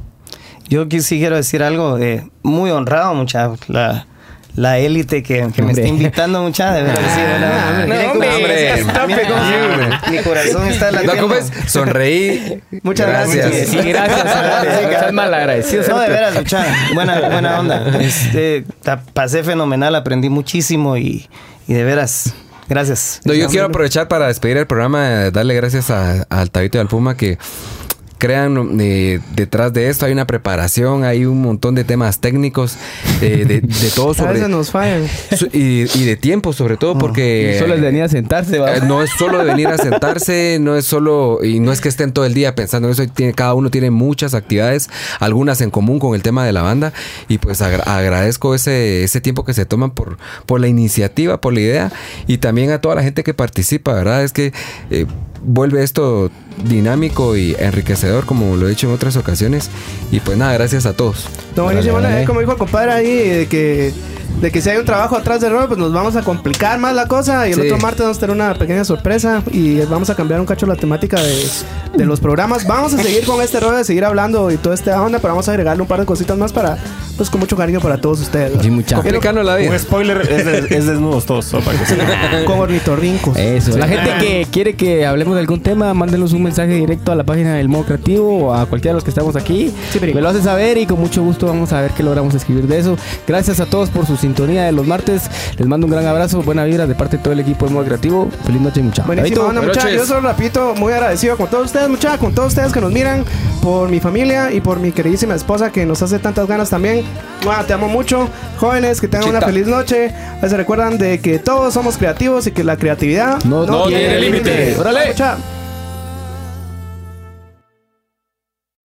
S3: Yo aquí sí quiero decir algo, eh, muy honrado, mucha la, la élite que, que me está
S5: Hombre.
S3: invitando, mucha, de verdad. Sí, de verdad.
S5: No,
S3: Miren
S5: hombre,
S3: cómo-
S4: hombre.
S3: miren cómo-
S4: Hombre.
S3: mi corazón está
S4: No,
S3: latiendo.
S4: ¿cómo es? Sonreí.
S3: Muchas gracias.
S5: Sí, gracias, estás mal agradecido.
S3: No, de veras, mucha, buena, buena onda. Este, ta- pasé fenomenal, aprendí muchísimo y, y de veras, gracias.
S4: No, yo quiero aprovechar para despedir el programa, darle gracias a, al Tabito y al Puma que crean, eh, detrás de esto hay una preparación, hay un montón de temas técnicos, eh, de, de todo
S1: A
S4: sobre...
S1: veces nos fallan.
S4: su- y, y de tiempo sobre todo porque...
S5: Solo es venir a sentarse, ¿va?
S4: Eh, no es solo de venir a sentarse, no es solo, y no es que estén todo el día pensando en eso, tiene, cada uno tiene muchas actividades, algunas en común con el tema de la banda, y pues agra- agradezco ese, ese tiempo que se toman por, por la iniciativa, por la idea, y también a toda la gente que participa, ¿verdad? Es que eh, vuelve esto dinámico y enriquecedor, como lo he dicho en otras ocasiones, y pues nada, gracias a todos.
S1: No, buenísimo,
S5: Órale, órale.
S1: eh, como dijo el compadre ahí, de que, de que si hay un trabajo atrás del rol, pues nos vamos a complicar más la cosa. Y el
S4: Sí.
S1: otro martes vamos a tener una pequeña sorpresa y vamos a cambiar un cacho la temática de, de los programas. Vamos a seguir con este rol, de seguir hablando y toda esta onda, pero vamos a agregarle un par de cositas más para, pues con mucho cariño para todos ustedes. ¿no?
S5: Sí, mucha.
S4: Complicando la vida.
S2: Un spoiler es, de- es desnudos todos. solo para que sepan.
S1: Con ornitorrincos.
S5: Eso. La gente que quiere que hablemos de algún tema, mándenos un mensaje directo a la página del Modo Creativo o a cualquiera de los que estamos aquí.
S1: Sí, pero-
S5: Me lo hace saber y con mucho gusto vamos a ver qué logramos escribir de eso. Gracias a todos por su sintonía de los martes. Les mando un gran abrazo, buena vibra de parte de todo el equipo del Modo Creativo. Feliz noche, muchachos.
S1: Buenísimo, onda,
S4: buenas
S1: muchachos. Yo
S4: noches.
S1: solo repito, muy agradecido con todos ustedes, muchachos, con todos ustedes que nos miran, por mi familia y por mi queridísima esposa que nos hace tantas ganas también. Mua, te amo mucho. Jóvenes, que tengan
S4: Chita.
S1: una feliz noche. Se recuerdan de que todos somos creativos y que la creatividad
S5: No- no tiene límite.
S1: Órale. Chao.